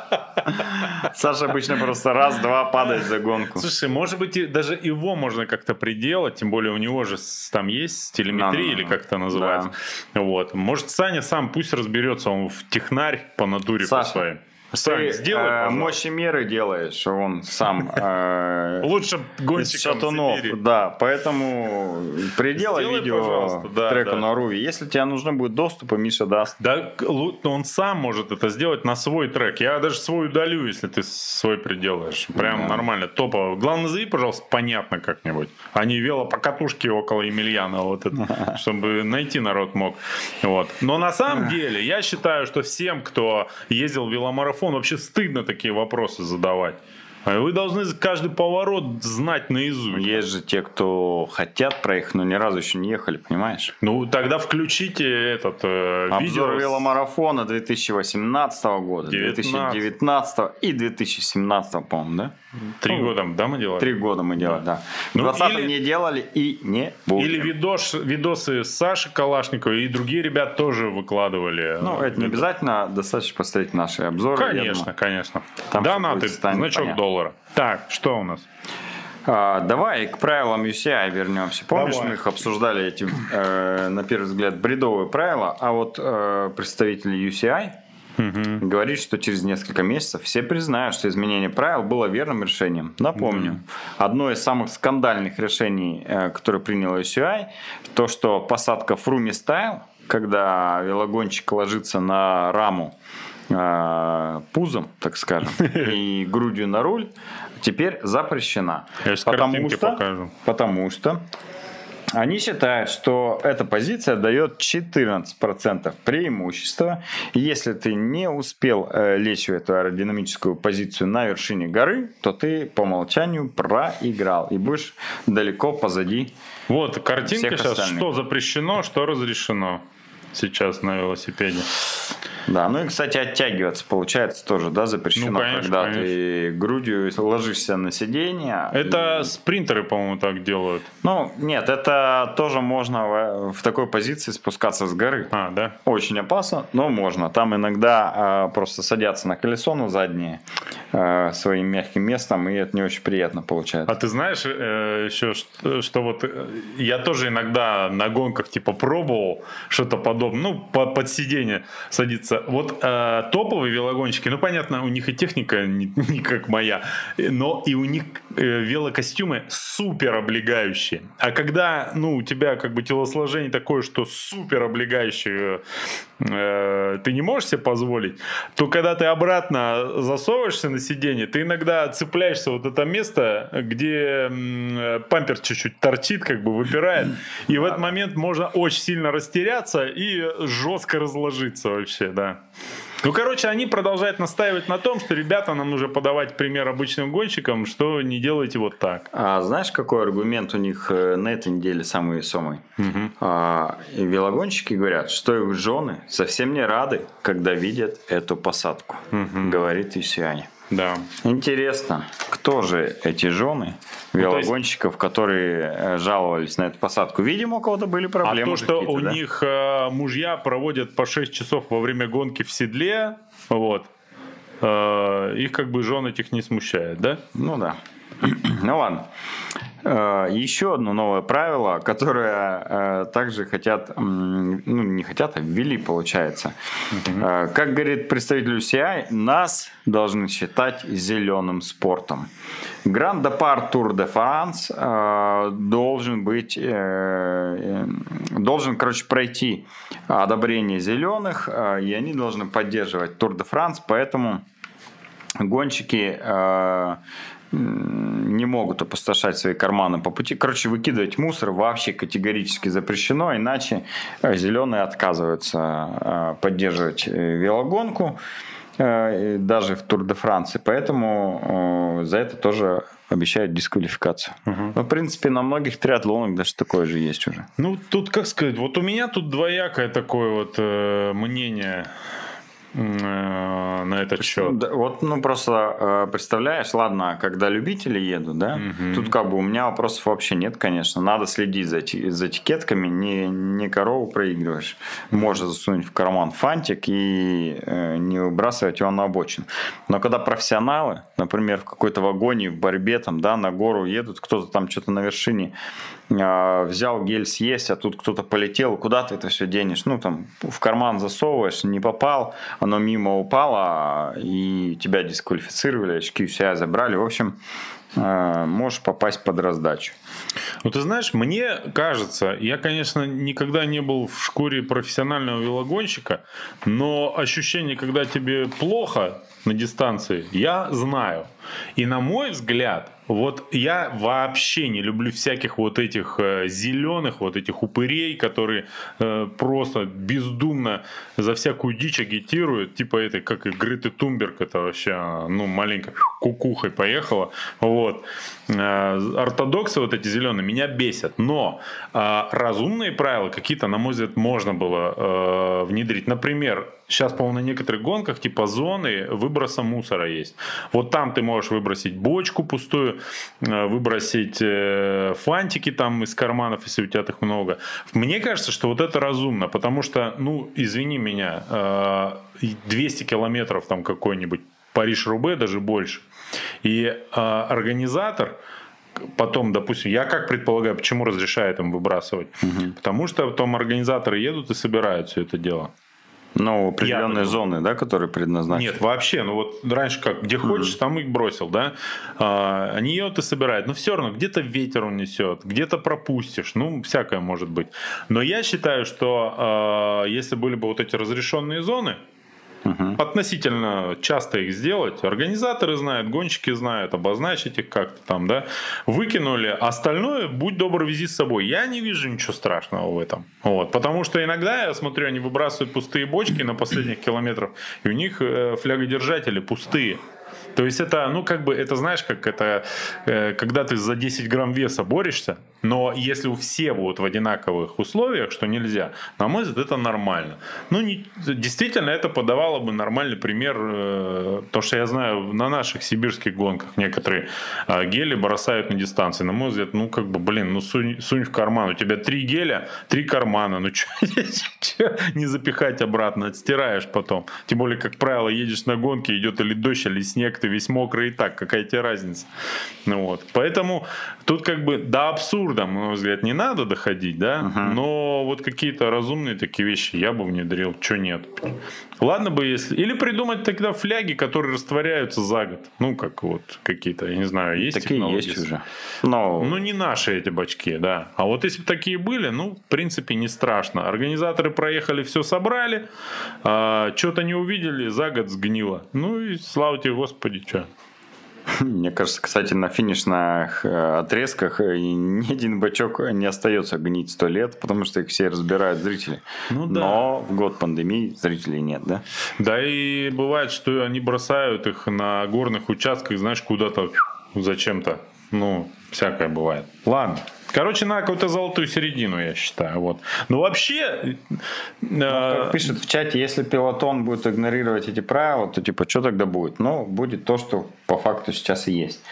Саша обычно просто раз-два падает за гонку. Слушай, может быть, даже его можно как-то приделать, тем более у него же там есть телеметрия или как это называется. Вот. Может, Саня сам пусть разберется, он в технарь по натуре по своей. Ты сделай, э, мощемеры делаешь, он сам э, лучше гонщиком шатунов, да, поэтому приделай сделай, видео да, треку да. на Руви. Если тебе нужно будет доступ, Миша даст. Да, он сам может это сделать на свой трек. Я даже свой удалю, если ты свой приделаешь. Прям да. Нормально, топово. Главное, назови, пожалуйста, понятно как-нибудь. А не велопокатушки около Емельяна, вот это, чтобы найти народ мог. Вот. Но на самом деле я считаю, что всем, кто ездил в веломарафон, вообще стыдно такие вопросы задавать. Вы должны каждый поворот знать наизусть. Есть же те, кто хотят проехать, но ни разу еще не ехали, понимаешь? Ну, тогда включите этот э, обзор видео... веломарафона две тысячи восемнадцатого года, девятнадцатого. две тысячи девятнадцатого и две тысячи семнадцатого, по-моему, да? Три ну, года, да, мы делали? Три года мы делали, да. В ну, двадцатом или... не делали и не будем. Или видос, видосы Саши Калашникова и другие ребят тоже выкладывали. Ну, это не обязательно, достаточно посмотреть наши обзоры. Конечно, конечно. Донаты, значок понятно. Доллара. Так, что у нас? А, давай к правилам ю си ай вернемся. Помнишь, давай. Мы их обсуждали, эти, э, на первый взгляд, бредовые правила, а вот э, представители ю си ай угу. говорит, что через несколько месяцев все признают, что изменение правил было верным решением. Напомню, угу. одно из самых скандальных решений, э, которое приняло ю си ай, то, что посадка Фруми Стайл, когда велогонщик ложится на раму пузом, так скажем, и грудью на руль, теперь запрещена. Я сейчас потому что, покажу. Потому что они считают, что эта позиция дает четырнадцать процентов преимущества. Если ты не успел э, лечь в эту аэродинамическую позицию на вершине горы, то ты по умолчанию проиграл и будешь далеко позади. Вот картинка сейчас, остальных. Что запрещено, что разрешено сейчас на велосипеде. Да, ну и, кстати, оттягиваться, получается, тоже, да, запрещено, ну, конечно, когда конечно. Ты грудью ложишься на сиденье. Это и... спринтеры, по-моему, так делают. Ну, нет, это тоже можно в, в такой позиции спускаться с горы. А, да? Очень опасно, но можно. Там иногда э, просто садятся на колесо, на заднее, э, своим мягким местом, и это не очень приятно получается. А ты знаешь э, еще, что, что вот я тоже иногда на гонках типа пробовал что-то подобное, ну, под, под сиденье садиться. Вот э, топовые велогонщики, ну, понятно, у них и техника не, не как моя, но и у них э, велокостюмы супер облегающие. А когда, ну, у тебя как бы телосложение такое, что супер облегающее э, ты не можешь себе позволить, то когда ты обратно засовываешься на сиденье, ты иногда цепляешься вот это место, где э, пампер чуть-чуть торчит, как бы выпирает, и в этот момент можно очень сильно растеряться и жестко разложиться вообще, да. Ну, короче, они продолжают настаивать на том, что, ребята, нам нужно подавать пример обычным гонщикам, что не делайте вот так. А знаешь, какой аргумент у них на этой неделе самый весомый? Угу. А, велогонщики говорят, что их жены совсем не рады, когда видят эту посадку, угу. говорит ю си ай. Да. Интересно, кто же эти жены велогонщиков, ну, есть... которые жаловались на эту посадку? Видимо, у кого-то были проблемы. А то, что у да? них э, мужья проводят по шесть часов во время гонки в седле, вот, э, их как бы жены этих не смущает, да? Ну да. Ну ладно. Еще одно новое правило, которое также хотят, ну не хотят, а ввели, получается. Uh-huh. Как говорит представитель ю си ай, нас должны считать зеленым спортом. Гранд Депар Тур де Франс должен быть, должен, короче, пройти одобрение зеленых, и они должны поддерживать Тур де Франс, поэтому гонщики не могут опустошать свои карманы по пути. Короче, выкидывать мусор вообще категорически запрещено, иначе зеленые отказываются поддерживать велогонку, даже в Тур де Франс. Поэтому за это тоже обещают дисквалификацию. Угу. Но, в принципе, на многих триатлонах даже такое же есть уже. Ну, тут, как сказать, вот у меня тут двоякое такое вот э, мнение на этот счет. Да, вот, ну просто представляешь, ладно, когда любители едут, да, угу. Тут как бы у меня вопросов вообще нет, конечно. Надо следить за, за этикетками, не, не корову проигрываешь. Можно засунуть в карман фантик и э, не выбрасывать его на обочину. Но когда профессионалы, например, в какой-то вагоне, в борьбе, там, да, на гору едут, кто-то там что-то на вершине э, взял гель съесть, а тут кто-то полетел, куда ты это все денешь? Ну, там, в карман засовываешь, не попал, оно мимо упало, и тебя дисквалифицировали, очки у себя забрали. В общем, можешь попасть под раздачу. Ну, ты знаешь, мне кажется, я, конечно, никогда не был в шкуре профессионального велогонщика, но ощущение, когда тебе плохо на дистанции, я знаю. И на мой взгляд, вот я вообще не люблю всяких вот этих э, зеленых, вот этих упырей, которые э, просто бездумно за всякую дичь агитируют, типа этой, как и Греты Тунберг, это вообще, ну, маленько кукухой поехала. Вот. Э, ортодоксы вот эти зеленые меня бесят, но э, разумные правила какие-то, на мой взгляд, можно было э, внедрить. Например, сейчас, по-моему, на некоторых гонках типа зоны выброса мусора есть. Вот там ты можешь выбросить бочку пустую, выбросить фантики там из карманов, если у тебя их много. Мне кажется, что вот это разумно, потому что, ну, извини меня, двести километров там какой-нибудь Париж-Roubaix, даже больше. И организатор потом, допустим, я как предполагаю, почему разрешает им выбрасывать? Угу. Потому что потом организаторы едут и собирают все это дело. Ну, определенные зоны, да, которые предназначены? Нет, вообще, ну вот раньше как, где хочешь, mm-hmm. там их бросил, да, а, они ее ты собирают, но все равно где-то ветер унесет, где-то пропустишь, ну, всякое может быть. Но я считаю, что а, если были бы вот эти разрешенные зоны, Uh-huh. относительно часто их сделать, организаторы знают, гонщики знают, обозначить их как-то там, да, выкинули, остальное, будь добр, вези с собой. Я не вижу ничего страшного в этом. Вот. Потому что иногда, я смотрю, они выбрасывают пустые бочки на последних километрах, и у них э, флягодержатели пустые. То есть это, ну, как бы, это знаешь, как это, э, когда ты за десять грамм веса борешься, но если у все будут в одинаковых условиях, что нельзя, на мой взгляд, это нормально. Ну, не, действительно, это подавало бы нормальный пример, э, потому что я знаю, на наших сибирских гонках некоторые э, гели бросают на дистанции. На мой взгляд, ну, как бы, блин, ну, сунь, сунь в карман, у тебя три геля, три кармана, ну, что не запихать обратно, отстираешь потом. Тем более, как правило, едешь на гонке, идет или дождь, или снег, ты весь мокрый и так, какая тебе разница. Ну, вот. Поэтому тут как бы до абсурда, на мой взгляд, не надо доходить, да, uh-huh. но вот какие-то разумные такие вещи я бы внедрил, что нет. Ладно бы если... Или придумать тогда фляги, которые растворяются за год. Ну, как вот какие-то, я не знаю, есть такие технологии? Есть уже. Но... Ну, не наши эти бачки, да. А вот если бы такие были, ну, в принципе, не страшно. Организаторы проехали, все собрали, а, что-то не увидели, за год сгнило. Ну, и слава тебе, Господи, что. Мне кажется, кстати, на финишных отрезках ни один бачок не остается гнить сто лет, потому что их все разбирают зрители. Ну, да. Но в год пандемии зрителей нет, да? Да, и бывает, что они бросают их на горных участках, знаешь, куда-то зачем-то. Ну, всякое бывает. Ладно. Короче, на какую-то золотую середину, я считаю. Вот. Но вообще... Ну, э... как пишут в чате, если пилотон будет игнорировать эти правила, то типа, что тогда будет? Ну, будет то, что по факту сейчас и есть.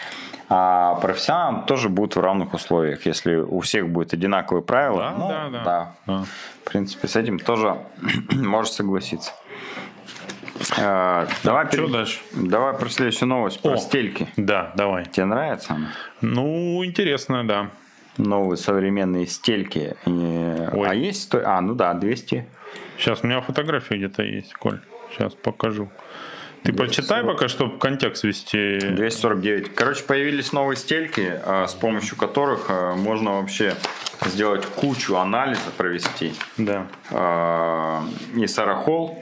А профессионалам тоже будут в равных условиях. Если у всех будет одинаковые правила, да, ну, да, да. да. да. В принципе, с этим тоже можешь согласиться. А, давай, что пере- дальше? давай про следующую новость, про О. стельки. Да, давай. Тебе нравится она? Ну, интересно, да. Новые современные стельки. И- Ой. А есть? сто- А, ну да, двести. Сейчас у меня фотография где-то есть, Коль. Сейчас покажу. Ты прочитай пока, чтобы контекст вести. двести сорок девять. Короче, появились новые стельки, а, с помощью которых а, можно вообще сделать кучу анализа, провести. Да. А, И Сара Холл,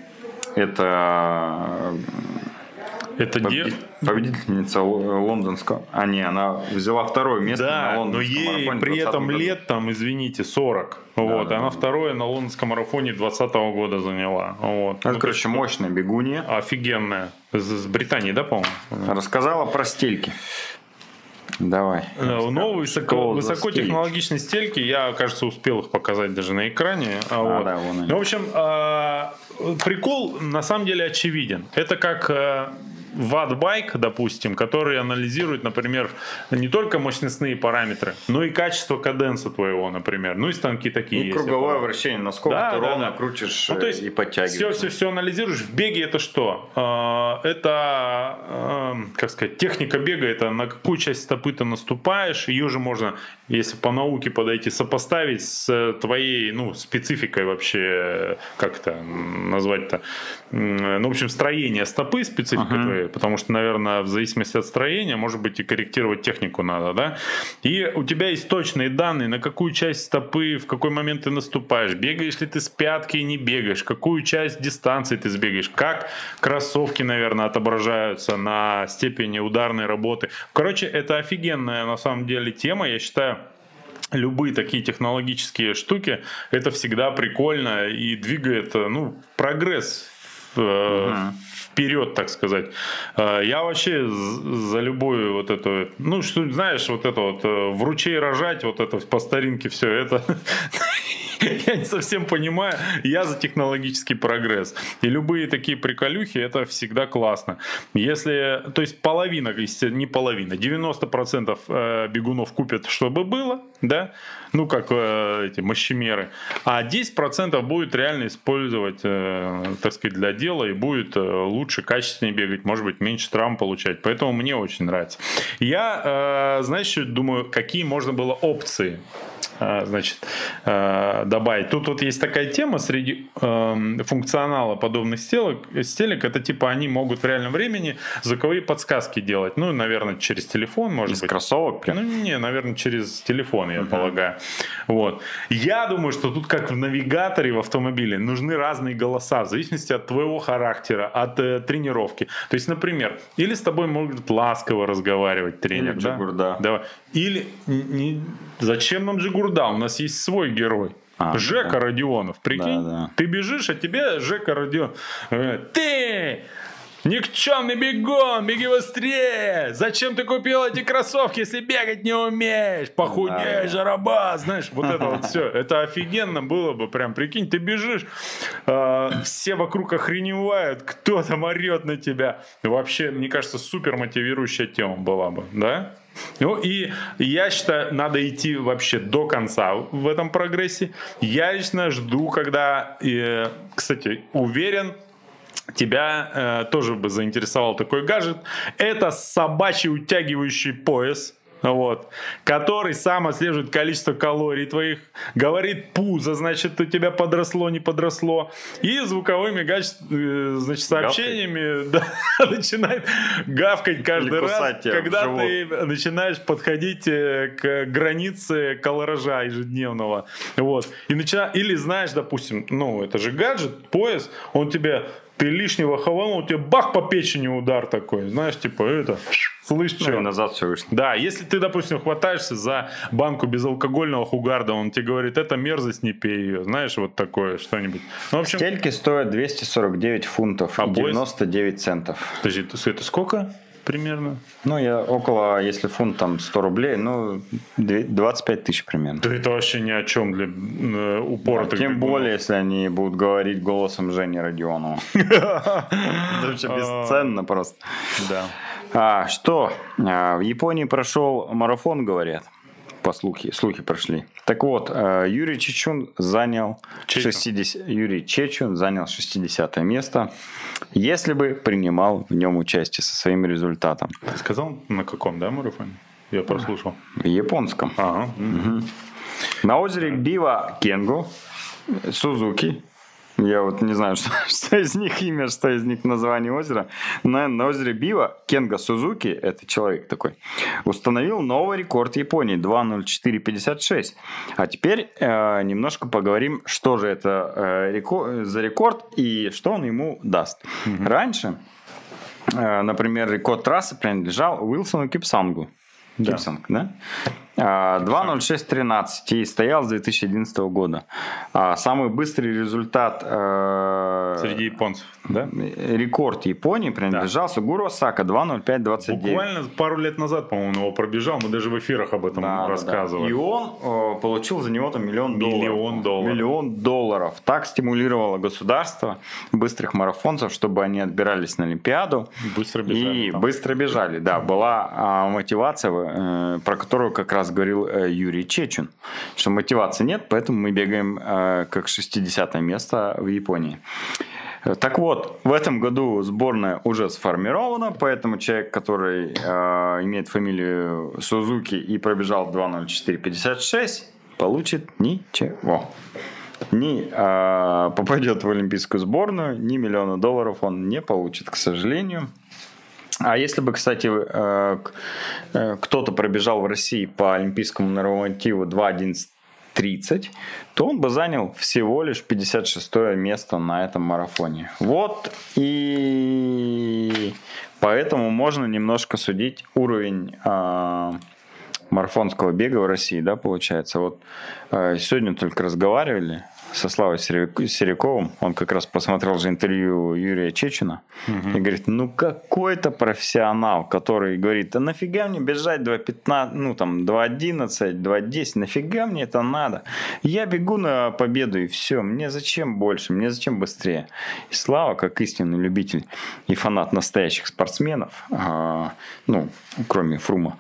это Это победи- де... победительница л- лондонского. А не, она взяла второе место на Да, но лондонском ей марафоне в при двадцатом этом году. лет там, извините, сорок. Вот, да, она да. второе на лондонском марафоне двадцатого года заняла. Вот. Это, Ну, короче, мощная бегунья. офигенная. С, с Британии, да, по-моему? Рассказала про стельки. Давай. Э, Новые высоко, Что за высокотехнологичные стельки, я, кажется, успел их показать даже на экране. А, вот. да, вон они. Ну, в общем, а, прикол на самом деле очевиден. Это как а, ваттбайк, допустим, который анализирует, например, не только мощностные параметры, но и качество каденса твоего, например. Ну и станки такие И есть. круговое вращение, насколько Да, ты да, ровно да. крутишь Ну, то есть и подтягиваешь. Все, все, все анализируешь. В беге это что? А, Это, а, как сказать, техника бега. Это на какую часть стопы ты наступаешь. Ее же можно, если по науке подойти, сопоставить с твоей, ну, спецификой вообще, как это назвать-то? М, Ну, в общем, строение стопы, специфика Ага. твоей. Потому что, наверное, в зависимости от строения, может быть, и корректировать технику надо, да? И у тебя есть точные данные, на какую часть стопы, в какой момент ты наступаешь, бегаешь ли ты с пятки и не бегаешь, какую часть дистанции ты сбегаешь, как кроссовки, наверное, отображаются на степени ударной работы. Короче, это офигенная на самом деле тема, я считаю. Любые такие технологические штуки, это всегда прикольно и двигает, ну, прогресс э, Ага. вперед, так сказать. Э, Я вообще з- за любую вот эту, ну, что, знаешь, вот это вот э, в ручей рожать, вот это по старинке все это. Я не совсем понимаю. Я за технологический прогресс. И любые такие приколюхи, это всегда классно. Если, то есть половина, если не половина, девяносто процентов э, бегунов купят, чтобы было, да, ну, как э, эти мощемеры, а десять процентов будет реально использовать, э, так сказать, для дела и будет э, лучше, качественнее бегать, может быть, меньше травм получать. Поэтому мне очень нравится. Я, э, знаешь, что думаю, какие можно было опции э, значит, э, добавить. Тут вот есть такая тема среди э, функционала подобных стелек, стелек, это типа они могут в реальном времени звуковые подсказки делать. Ну, наверное, через телефон, может Из быть. кроссовок прям? Ну, не, наверное, через телефон, я полагаю. Вот. Я думаю, что тут, как в навигаторе в автомобиле, нужны разные голоса в зависимости от твоего характера, от э, тренировки. То есть, например, или с тобой может ласково разговаривать тренер. Или да? Джигурда. Давай. Или не- зачем нам Джигурда? У нас есть свой герой. А, Жека да. Родионов. Прикинь, Да, да. ты бежишь, а тебе Жека Родионов. э, Ты! Никчемный бегун, беги быстрее! Зачем ты купил эти кроссовки, если бегать не умеешь? Похудей, Да. жарабас! Знаешь, вот это вот все. Это офигенно было бы, прям, прикинь, ты бежишь, э, все вокруг охреневают, кто там орет на тебя. Вообще, мне кажется, супер мотивирующая тема была бы, да? Ну и я считаю, надо идти вообще до конца в этом прогрессе. Я лично жду, когда, э, кстати, уверен, тебя э, тоже бы заинтересовал такой гаджет. Это собачий утягивающий пояс. Вот, который сам отслеживает количество калорий твоих, говорит пузо, значит, у тебя подросло, не подросло, и звуковыми гач- э, значит, сообщениями да, начинает гавкать каждый Или раз, кусать тебя в когда живот. ты начинаешь подходить э, к границе колоража ежедневного. Вот. И начина... Или знаешь, допустим, ну, это же гаджет, пояс, он тебе, ты лишнего хаванул, тебе бах по печени удар такой, знаешь, типа это, слышь, Ну, и что? назад все вышло. Да, если ты, допустим, хватаешься за банку безалкогольного хугарда, он тебе говорит, это мерзость, не пей ее, знаешь, вот такое что-нибудь. Ну, в общем, Стельки стоят двести сорок девять фунтов А и пояс? девяносто девять центов. подожди, это это сколько примерно? Ну, я около, если фунт там сто рублей, ну, две- двадцать пять тысяч примерно. Да это вообще ни о чем для э, А упоротых тем бегунов. более, если они будут говорить голосом Жени Родионова. Это вообще бесценно просто. Да. А, что? А, в Японии прошел марафон, говорят. по слухи, слухи прошли. Так вот, Юрий Чечун занял шестидесятое, Юрий Чечун занял шестидесятое место, если бы принимал в нем участие со своим результатом. Ты сказал, на каком, да, марафоне? Я прослушал. В японском. Ага. Угу. На озере Бива Кенгу, Сузуки. Я вот не знаю, что, что из них имя, что из них название озера. На, на озере Бива Кенга Сузуки, это человек такой, установил новый рекорд Японии два ноль четыре пятьдесят шесть. А теперь э, немножко поговорим, что же это э, рекорд, за рекорд и что он ему даст. Mm-hmm. Раньше, э, например, рекорд трассы принадлежал Уилсону Кипсангу. Да. Кипсанг, да? два ноль шесть тринадцать и стоял с две тысячи одиннадцатого года. А самый быстрый результат э, среди японцев, да? Рекорд Японии принадлежал да. Сугуру Осака два ноль пять двадцать девять. Буквально пару лет назад, по-моему, он его пробежал. Мы даже в эфирах об этом да, рассказывали. Да. И он э, получил за него там миллион долларов. Миллион долларов. Миллион долларов. Так стимулировало государство быстрых марафонцев, чтобы они отбирались на Олимпиаду. Быстро бежали. И там. быстро бежали, да. Была э, мотивация, э, про которую как раз говорил э, Юрий Чечун, что мотивации нет, поэтому мы бегаем э, как шестидесятое место в Японии. Так вот, в этом году сборная уже сформирована, поэтому человек, который э, имеет фамилию Сузуки и пробежал два ноль четыре пятьдесят шесть, получит ничего. Ни э, попадет в олимпийскую сборную, ни миллиона долларов он не получит, к сожалению. А если бы, кстати, кто-то пробежал в России по олимпийскому нормативу два одиннадцать тридцать, то он бы занял всего лишь пятьдесят шестое место на этом марафоне. Вот и поэтому можно немножко судить уровень э, марафонского бега в России, да, получается. Вот э, сегодня только разговаривали со Славой Сериковым, он как раз посмотрел же интервью Юрия Чечуна, угу. и говорит, ну какой-то профессионал, который говорит, а нафига мне бежать два пятнадцать, ну там два одиннадцать, два десять, нафига мне это надо? Я бегу на победу и все, мне зачем больше, мне зачем быстрее? И Слава, как истинный любитель и фанат настоящих спортсменов, э, ну, кроме Фрума,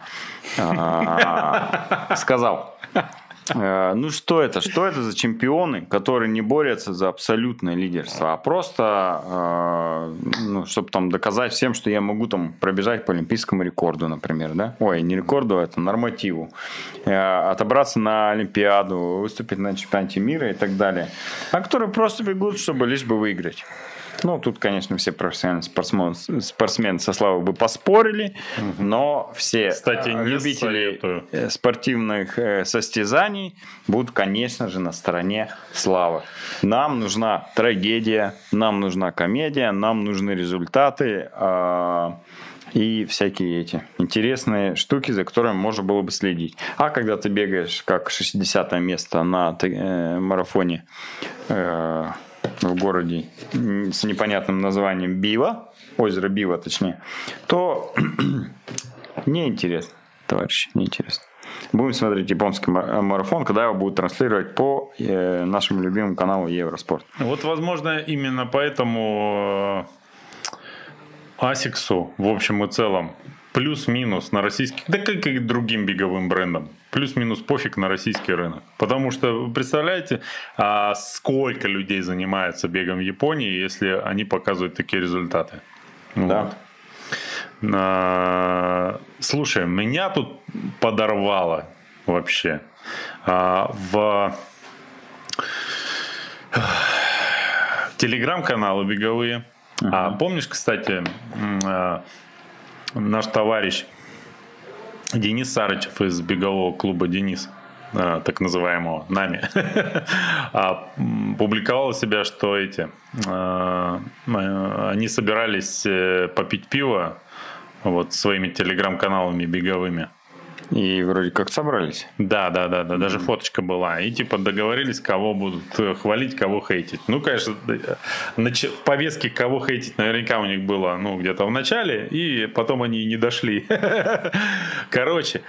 э, сказал, ну что это? Что это за чемпионы, которые не борются за абсолютное лидерство, а просто, э, ну, чтобы там доказать всем, что я могу там пробежать по олимпийскому рекорду, например, да? Ой, не рекорду, это нормативу. Э, отобраться на Олимпиаду, выступить на чемпионате мира и так далее. А которые просто бегут, чтобы лишь бы выиграть. Ну, тут, конечно, все профессиональные спортсмены, спортсмены со Славой бы поспорили, угу. но все Кстати, любители советую. спортивных состязаний будут, конечно же, на стороне Славы. Нам нужна трагедия, нам нужна комедия, нам нужны результаты э, и всякие эти интересные штуки, за которыми можно было бы следить. А когда ты бегаешь как шестидесятое место на э, марафоне, э, в городе с непонятным названием Бива, озеро Бива точнее, то неинтересно, товарищи, неинтересно. Будем смотреть японский марафон, когда его будут транслировать по э, нашему любимому каналу Евроспорт. Вот, возможно, именно поэтому Асиксу, в общем и целом, плюс-минус на российский, да как и другим беговым брендам, плюс-минус пофиг на российский рынок. Потому что, представляете, сколько людей занимается бегом в Японии, если они показывают такие результаты. Да. Вот. Слушай, меня тут подорвало вообще. В телеграм-каналы беговые. Uh-huh. А помнишь, кстати, наш товарищ Денис Сарычев из бегового клуба «Денис», так называемого нами, публиковал у себя, что эти они собирались попить пиво вот своими телеграм-каналами беговыми. И вроде как собрались. Да, да, да, да. Даже фоточка была. И типа договорились, кого будут хвалить, кого хейтить. Ну, конечно, в повестке кого хейтить наверняка у них было, ну, где-то в начале, и потом они и не дошли. Короче,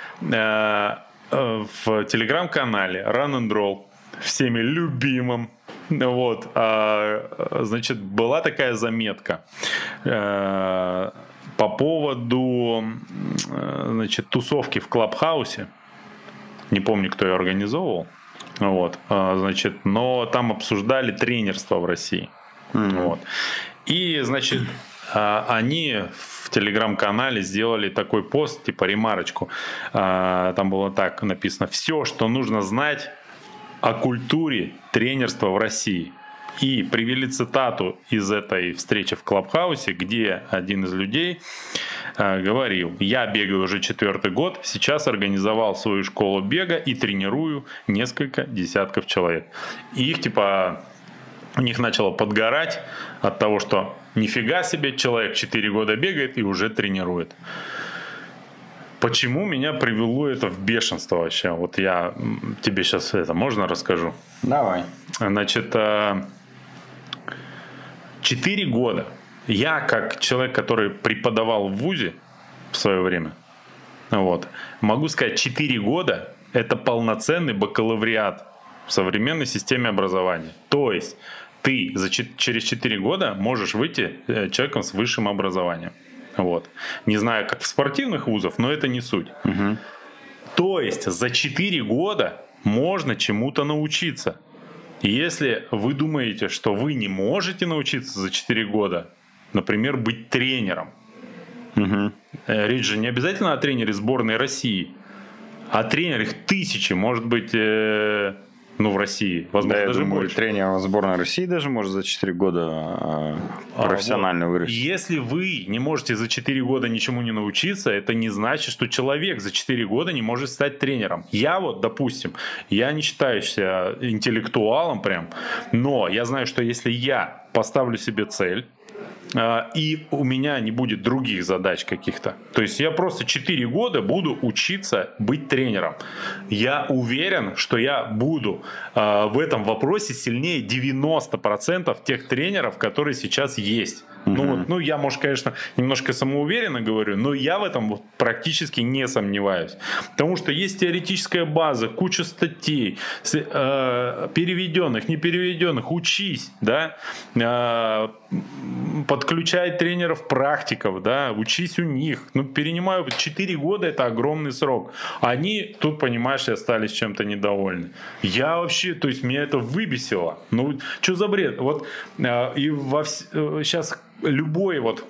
в телеграм-канале Run and Roll, всеми любимым, вот, значит, была такая заметка по поводу, значит, тусовки в Клабхаусе. Не помню, кто ее организовывал. Вот, значит, но там обсуждали тренерство в России. Mm-hmm. Вот. И, значит, они в телеграм-канале сделали такой пост, типа ремарочку. Там было так написано: все, что нужно знать о культуре тренерства в России. И привели цитату из этой встречи в Клабхаусе, где один из людей э, говорил: я бегаю уже четвертый год, сейчас организовал свою школу бега и тренирую несколько десятков человек. И их типа, у них начало подгорать от того, что нифига себе, человек четыре года бегает и уже тренирует. Почему меня привело это в бешенство вообще? Вот я тебе сейчас это можно расскажу? Давай. Значит, четыре года. Я, как человек, который преподавал в вузе в свое время, вот, могу сказать, четыре года – это полноценный бакалавриат в современной системе образования. То есть ты за, через четыре года можешь выйти человеком с высшим образованием. Вот. Не знаю, как в спортивных вузах, но это не суть. Угу. То есть за четыре года можно чему-то научиться. Если вы думаете, что вы не можете научиться за четыре года, например, быть тренером, угу. речь же не обязательно о тренере сборной России, а тренерах тысячи, может быть, э, ну, в России, возможно, да, даже я думаю, больше. Тренер сборной России даже может за четыре года профессионально а, вот. вырасти. Если вы не можете за четыре года ничему не научиться, это не значит, что человек за четыре года не может стать тренером. Я вот, допустим, я не считаю себя интеллектуалом прям, но я знаю, что если я поставлю себе цель, и у меня не будет других задач каких-то. То есть я просто четыре года буду учиться быть тренером. Я уверен, что я буду э, в этом вопросе сильнее девяносто процентов тех тренеров, которые сейчас есть. Mm-hmm. Ну, вот, ну, я, может, конечно, немножко самоуверенно говорю, но я в этом вот практически не сомневаюсь. Потому что есть теоретическая база, куча статей, э, переведенных, не переведенных. Учись, да, э, подключай тренеров, практиков, да, учись у них. Ну, перенимаю, четыре года это огромный срок. Они тут, понимаешь, остались чем-то недовольны. Я вообще, то есть меня это выбесило. Ну, что за бред? Вот э, и во вс... сейчас любой вот,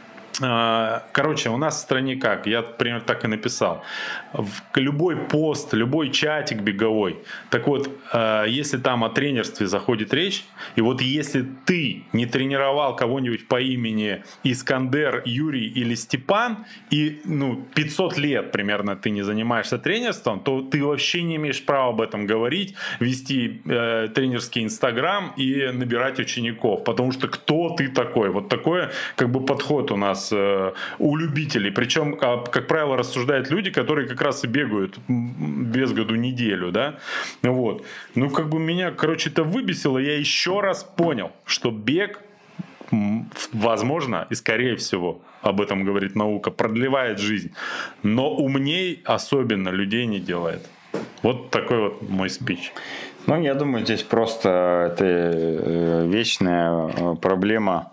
короче, у нас в стране как, я, например, так и написал, любой пост, любой чатик беговой, так вот, если там о тренерстве заходит речь, и вот если ты не тренировал кого-нибудь по имени Искандер, Юрий или Степан, и ну, пятьсот лет примерно ты не занимаешься тренерством, то ты вообще не имеешь права об этом говорить, вести э, тренерский инстаграм и набирать учеников, потому что кто ты такой? Вот такой как бы подход у нас у любителей. Причем, как правило, рассуждают люди, которые как раз и бегают без году неделю, да. Вот. Ну, как бы меня, короче, это выбесило. Я еще раз понял, что бег, возможно, и скорее всего, об этом говорит наука, продлевает жизнь. Но умней особенно людей не делает. Вот такой вот мой спич. Ну, я думаю, здесь просто это вечная проблема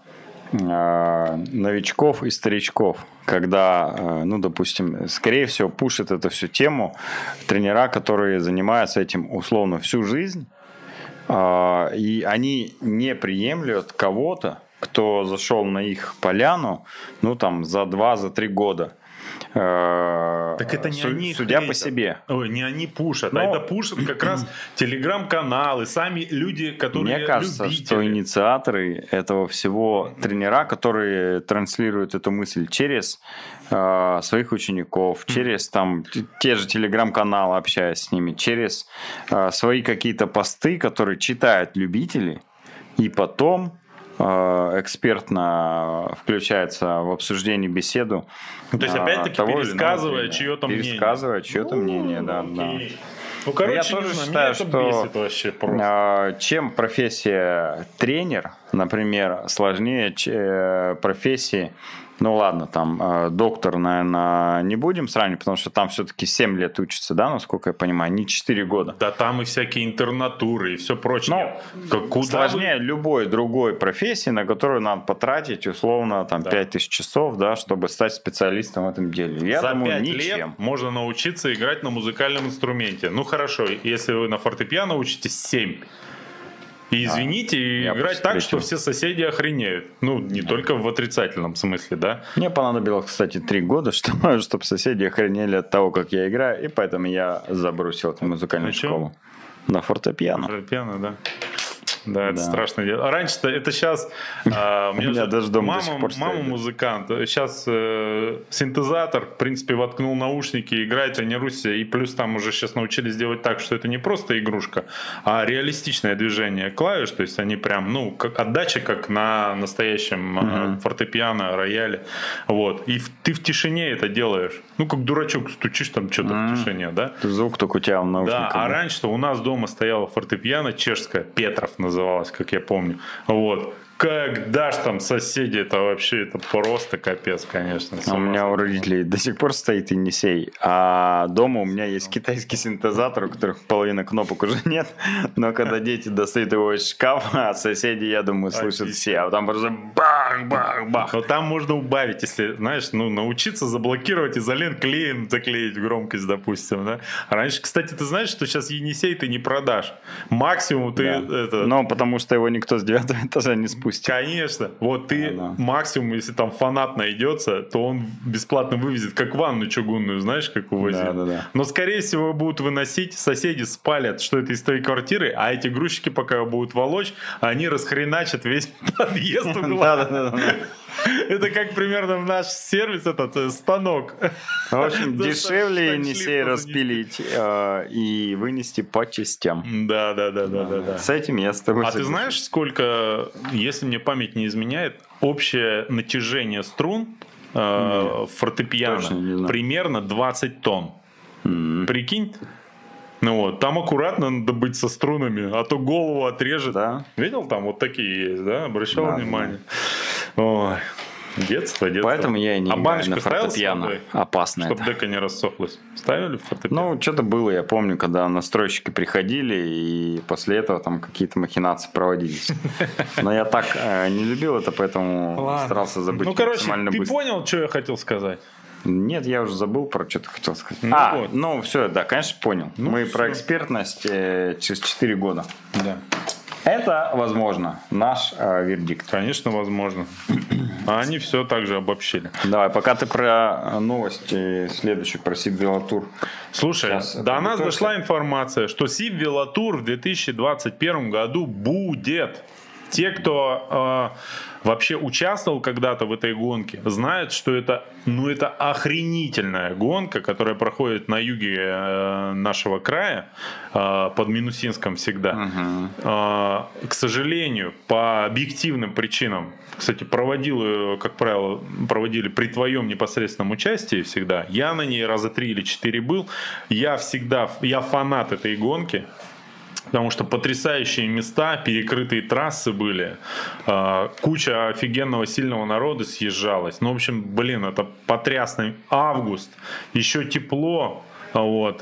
новичков и старичков, когда, ну, допустим, скорее всего, пушат эту всю тему тренера, которые занимаются этим условно всю жизнь, и они не приемлют кого-то, кто зашел на их поляну, ну, там, за два, за три года. Так это не Су- они судя хейтят. По себе. Ой, не они пушат, Но... а это пушат как раз телеграм-каналы, сами люди, которые Мне кажется, любители. что инициаторы этого всего тренера, которые транслируют эту мысль через э, своих учеников, через там те же телеграм-каналы, общаясь с ними, через э, свои какие-то посты, которые читают любители, и потом экспертно включается в обсуждение, беседу. Ну, то есть, опять-таки, пересказывая чье-то мнение. Пересказывая чье-то мнение, да. да. Ну, короче, я тоже знаю, считаю, это что бесит вообще просто. Чем профессия тренер, например, сложнее э, профессии. Ну ладно, там э, доктор, наверное, не будем сравнивать, потому что там все-таки семь лет учится, да, насколько я понимаю, не четыре года. Да там и всякие интернатуры, и все прочее. Ну, куда сложнее вы... любой другой профессии, на которую надо потратить, условно, там, да. пять тысяч часов, да, чтобы стать специалистом в этом деле. Я За думаю, пять ничем. лет можно научиться играть на музыкальном инструменте. Ну хорошо, если вы на фортепиано учитесь семь. И извините, и играть так, что все соседи охренеют. Ну, не да. только в отрицательном смысле, да? Мне понадобилось, кстати, три года, чтобы, чтобы соседи охренели от того, как я играю, и поэтому я забросил эту музыкальную школу. На фортепиано. Фортепиано, да. Да, это да. страшное дело. А раньше-то это сейчас... А, у меня, у меня даже дома мама, до мама музыкант. Сейчас э, синтезатор, в принципе, воткнул наушники, играет, тренируйся. И плюс там уже сейчас научились делать так, что это не просто игрушка, а реалистичное движение клавиш. То есть они прям, ну, как отдача, как на настоящем uh-huh. фортепиано, рояле. Вот. И в, ты в тишине это делаешь. Ну, как дурачок стучишь там что-то uh-huh. в тишине, да? Звук только у тебя в наушниках. Да, а раньше-то у нас дома стояла фортепиано чешское, Петров называется. Называлось, как я помню. Вот. Когда ж там соседи, это вообще это просто капец, конечно. У меня у родителей до сих пор стоит Енисей, а дома у меня есть китайский синтезатор, у которых половина кнопок уже нет, но когда дети достают его из шкафа, соседи, я думаю, слышат все, а там просто бах-бах-бах. Но там можно убавить, если, знаешь, ну, научиться заблокировать изолент клеем заклеить громкость, допустим, да. А раньше, кстати, ты знаешь, что сейчас Енисей ты не продашь. Максимум ты да. это... Ну, потому что его никто с девятого этажа не спустит. Конечно. Вот ты да, да. максимум, если там фанат найдется, то он бесплатно вывезет, как ванну чугунную, знаешь, как увозил. Да, да, да. Но, скорее всего, будут выносить, соседи спалят, что это из твоей квартиры, а эти грузчики, пока будут волочь, они расхреначат весь подъезд угла. Это как примерно в наш сервис этот станок. В общем, дешевле Енисей распилить э, и вынести по частям. Да, да, да, да, да, да. С этим я с тобой А ты знаешь, сколько, если мне память не изменяет, общее натяжение струн э, фортепиано примерно двадцать тонн. Mm. Прикинь? Ну вот, там аккуратно надо быть со струнами, а то голову отрежет. Да. Видел, там вот такие есть, да? Обращал да, внимание. Да. Ой, детство, детство. Поэтому я и не а играю на фортепиано. Опасно чтобы это. Дека не рассохлась. Ставили в фортепиано? Ну, что-то было, я помню, когда настройщики приходили, и после этого там какие-то махинации проводились. Но я так не любил это, поэтому старался забыть максимально быстро. Ну, короче, ты понял, что я хотел сказать? Нет, я уже забыл, про что ты хотел сказать. Ну, а, вот. ну все, да, конечно, понял. Ну, Мы все. про экспертность э, через четыре года. Да. Это, возможно, наш э, вердикт. Конечно, возможно. А они все так же обобщили. Давай, пока ты про новости следующую, про Сиб Велотур. Слушай, Сейчас до нас готовься. Дошла информация, что Сиб Велотур в две тысячи двадцать первом году будет. Те, кто э, вообще участвовал когда-то в этой гонке, знают, что это, ну, это охренительная гонка, которая проходит на юге э, нашего края, э, под Минусинском всегда. Uh-huh. Э, к сожалению, по объективным причинам, кстати, проводил ее, как правило, проводили при твоем непосредственном участии всегда. Я на ней раза три или четыре был. Я всегда, я фанат этой гонки. Потому что потрясающие места, перекрытые трассы были, э, куча офигенного сильного народа съезжалась. Ну, в общем, блин, это потрясный август, еще тепло, вот,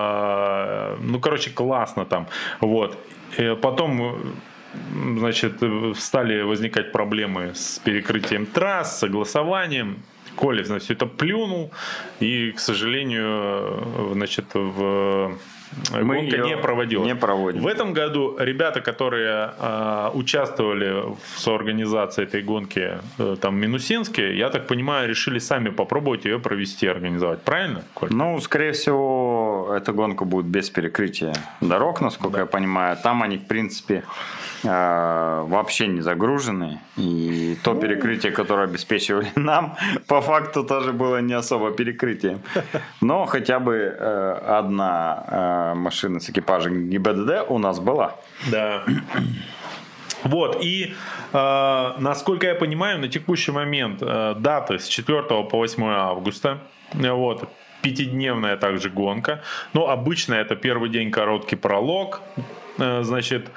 э, ну, короче, классно там, вот. И потом, значит, стали возникать проблемы с перекрытием трасс, с согласованием. Коля на все это плюнул, и, к сожалению, значит, в... Мы гонка не проводилась. Не проводим. В этом году ребята, которые э, участвовали в соорганизации этой гонки, э, там, минусинские, я так понимаю, решили сами попробовать ее провести, организовать. Правильно, Коль? Ну, скорее всего, эта гонка будет без перекрытия дорог, насколько да. я понимаю. Там они, в принципе, э, вообще не загружены. И то перекрытие, которое обеспечивали нам, по факту тоже было не особо перекрытием. Но хотя бы э, одна э, машина с экипажем ГИБДД у нас была. Да. Вот, и э, насколько я понимаю, на текущий момент э, даты с четвёртого по восьмое августа. Вот, пятидневная также гонка. Но обычно это первый день короткий пролог. значит,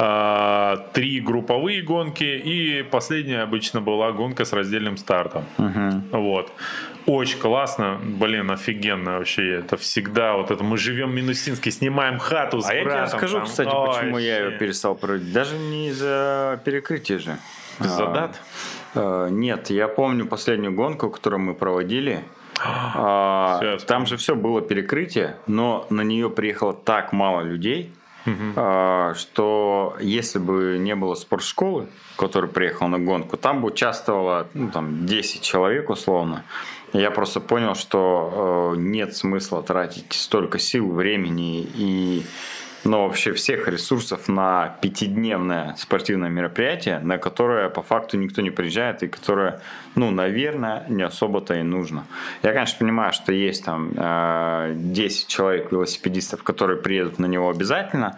три групповые гонки, и последняя обычно была гонка с раздельным стартом. Угу. Вот. Очень классно, блин, офигенно вообще. Это всегда вот это мы живем в Минусинске, снимаем хату с А я братом. тебе расскажу, там. кстати, Ой, почему я ее вообще. перестал проводить. Даже не из-за перекрытия же. Из-за А, дат? а, Нет, я помню последнюю гонку, которую мы проводили. А, Всё, я Там вспомнил. же все было перекрытие, но на нее приехало так мало людей, а, что если бы не было спортшколы, который приехал на гонку, там бы участвовало ну, там, десять человек условно. Я просто понял, что э, нет смысла тратить столько сил, времени и ну, вообще всех ресурсов на пятидневное спортивное мероприятие, на которое по факту никто не приезжает и которое, ну, наверное, не особо-то и нужно. Я, конечно, понимаю, что есть там э, десять человек велосипедистов, которые приедут на него обязательно,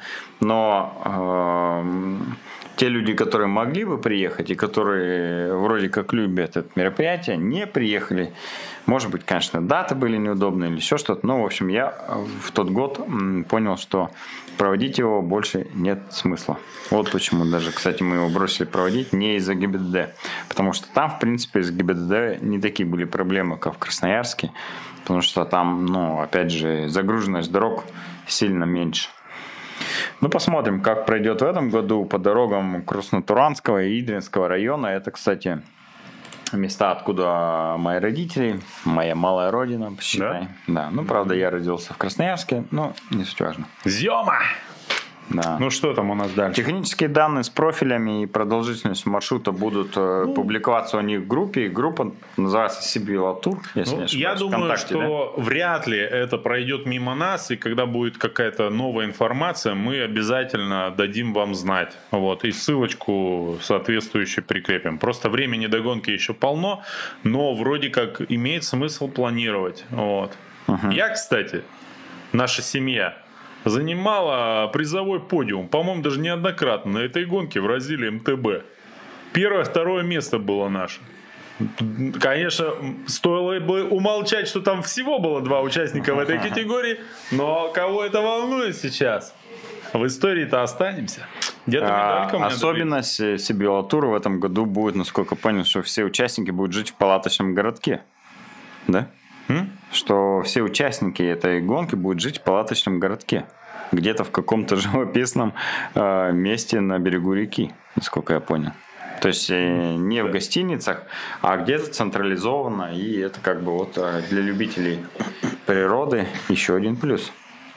но э, те люди, которые могли бы приехать и которые вроде как любят это мероприятие, не приехали. Может быть, конечно, даты были неудобные или еще что-то. Но, в общем, я в тот год понял, что проводить его больше нет смысла. Вот почему даже, кстати, мы его бросили проводить не из-за ГИБДД. Потому что там, в принципе, из ГИБДД не такие были проблемы, как в Красноярске. Потому что там, ну, опять же, загруженность дорог сильно меньше. Ну, посмотрим, как пройдет в этом году по дорогам Краснотуранского и Идринского района. Это, кстати, места, откуда мои родители, моя малая родина, посчитай. Да? Да. Ну, правда, я родился в Красноярске, но не суть важно. Зёма! Да. Ну что там у нас дальше? Технические данные с профилями и продолжительностью маршрута будут э, Ну, публиковаться у них в группе. Группа называется Сибилатур, если Ну, не ошибаюсь. я думаю, ВКонтакте, что вряд ли это пройдет мимо нас, и когда будет какая-то новая информация, мы обязательно дадим вам знать. Вот, и ссылочку соответствующую прикрепим. Просто времени до гонки еще полно, но вроде как имеет смысл планировать. Вот. Угу. Я, кстати, наша семья занимала призовой подиум, по-моему, даже неоднократно на этой гонке в разделе эм тэ бэ. Первое, второе место было наше. Конечно, стоило бы умолчать, что там всего было два участника в этой категории, но кого это волнует сейчас? В истории-то останемся. Где-то медалька у меня Особенность Сибилатура в этом году будет, насколько понял, что все участники будут жить в палаточном городке. Да? М? Что все участники этой гонки будут жить в палаточном городке. Где-то в каком-то живописном э, месте на берегу реки, насколько я понял. То есть э, не в гостиницах, а где-то централизованно. И это как бы вот э, для любителей природы еще один плюс.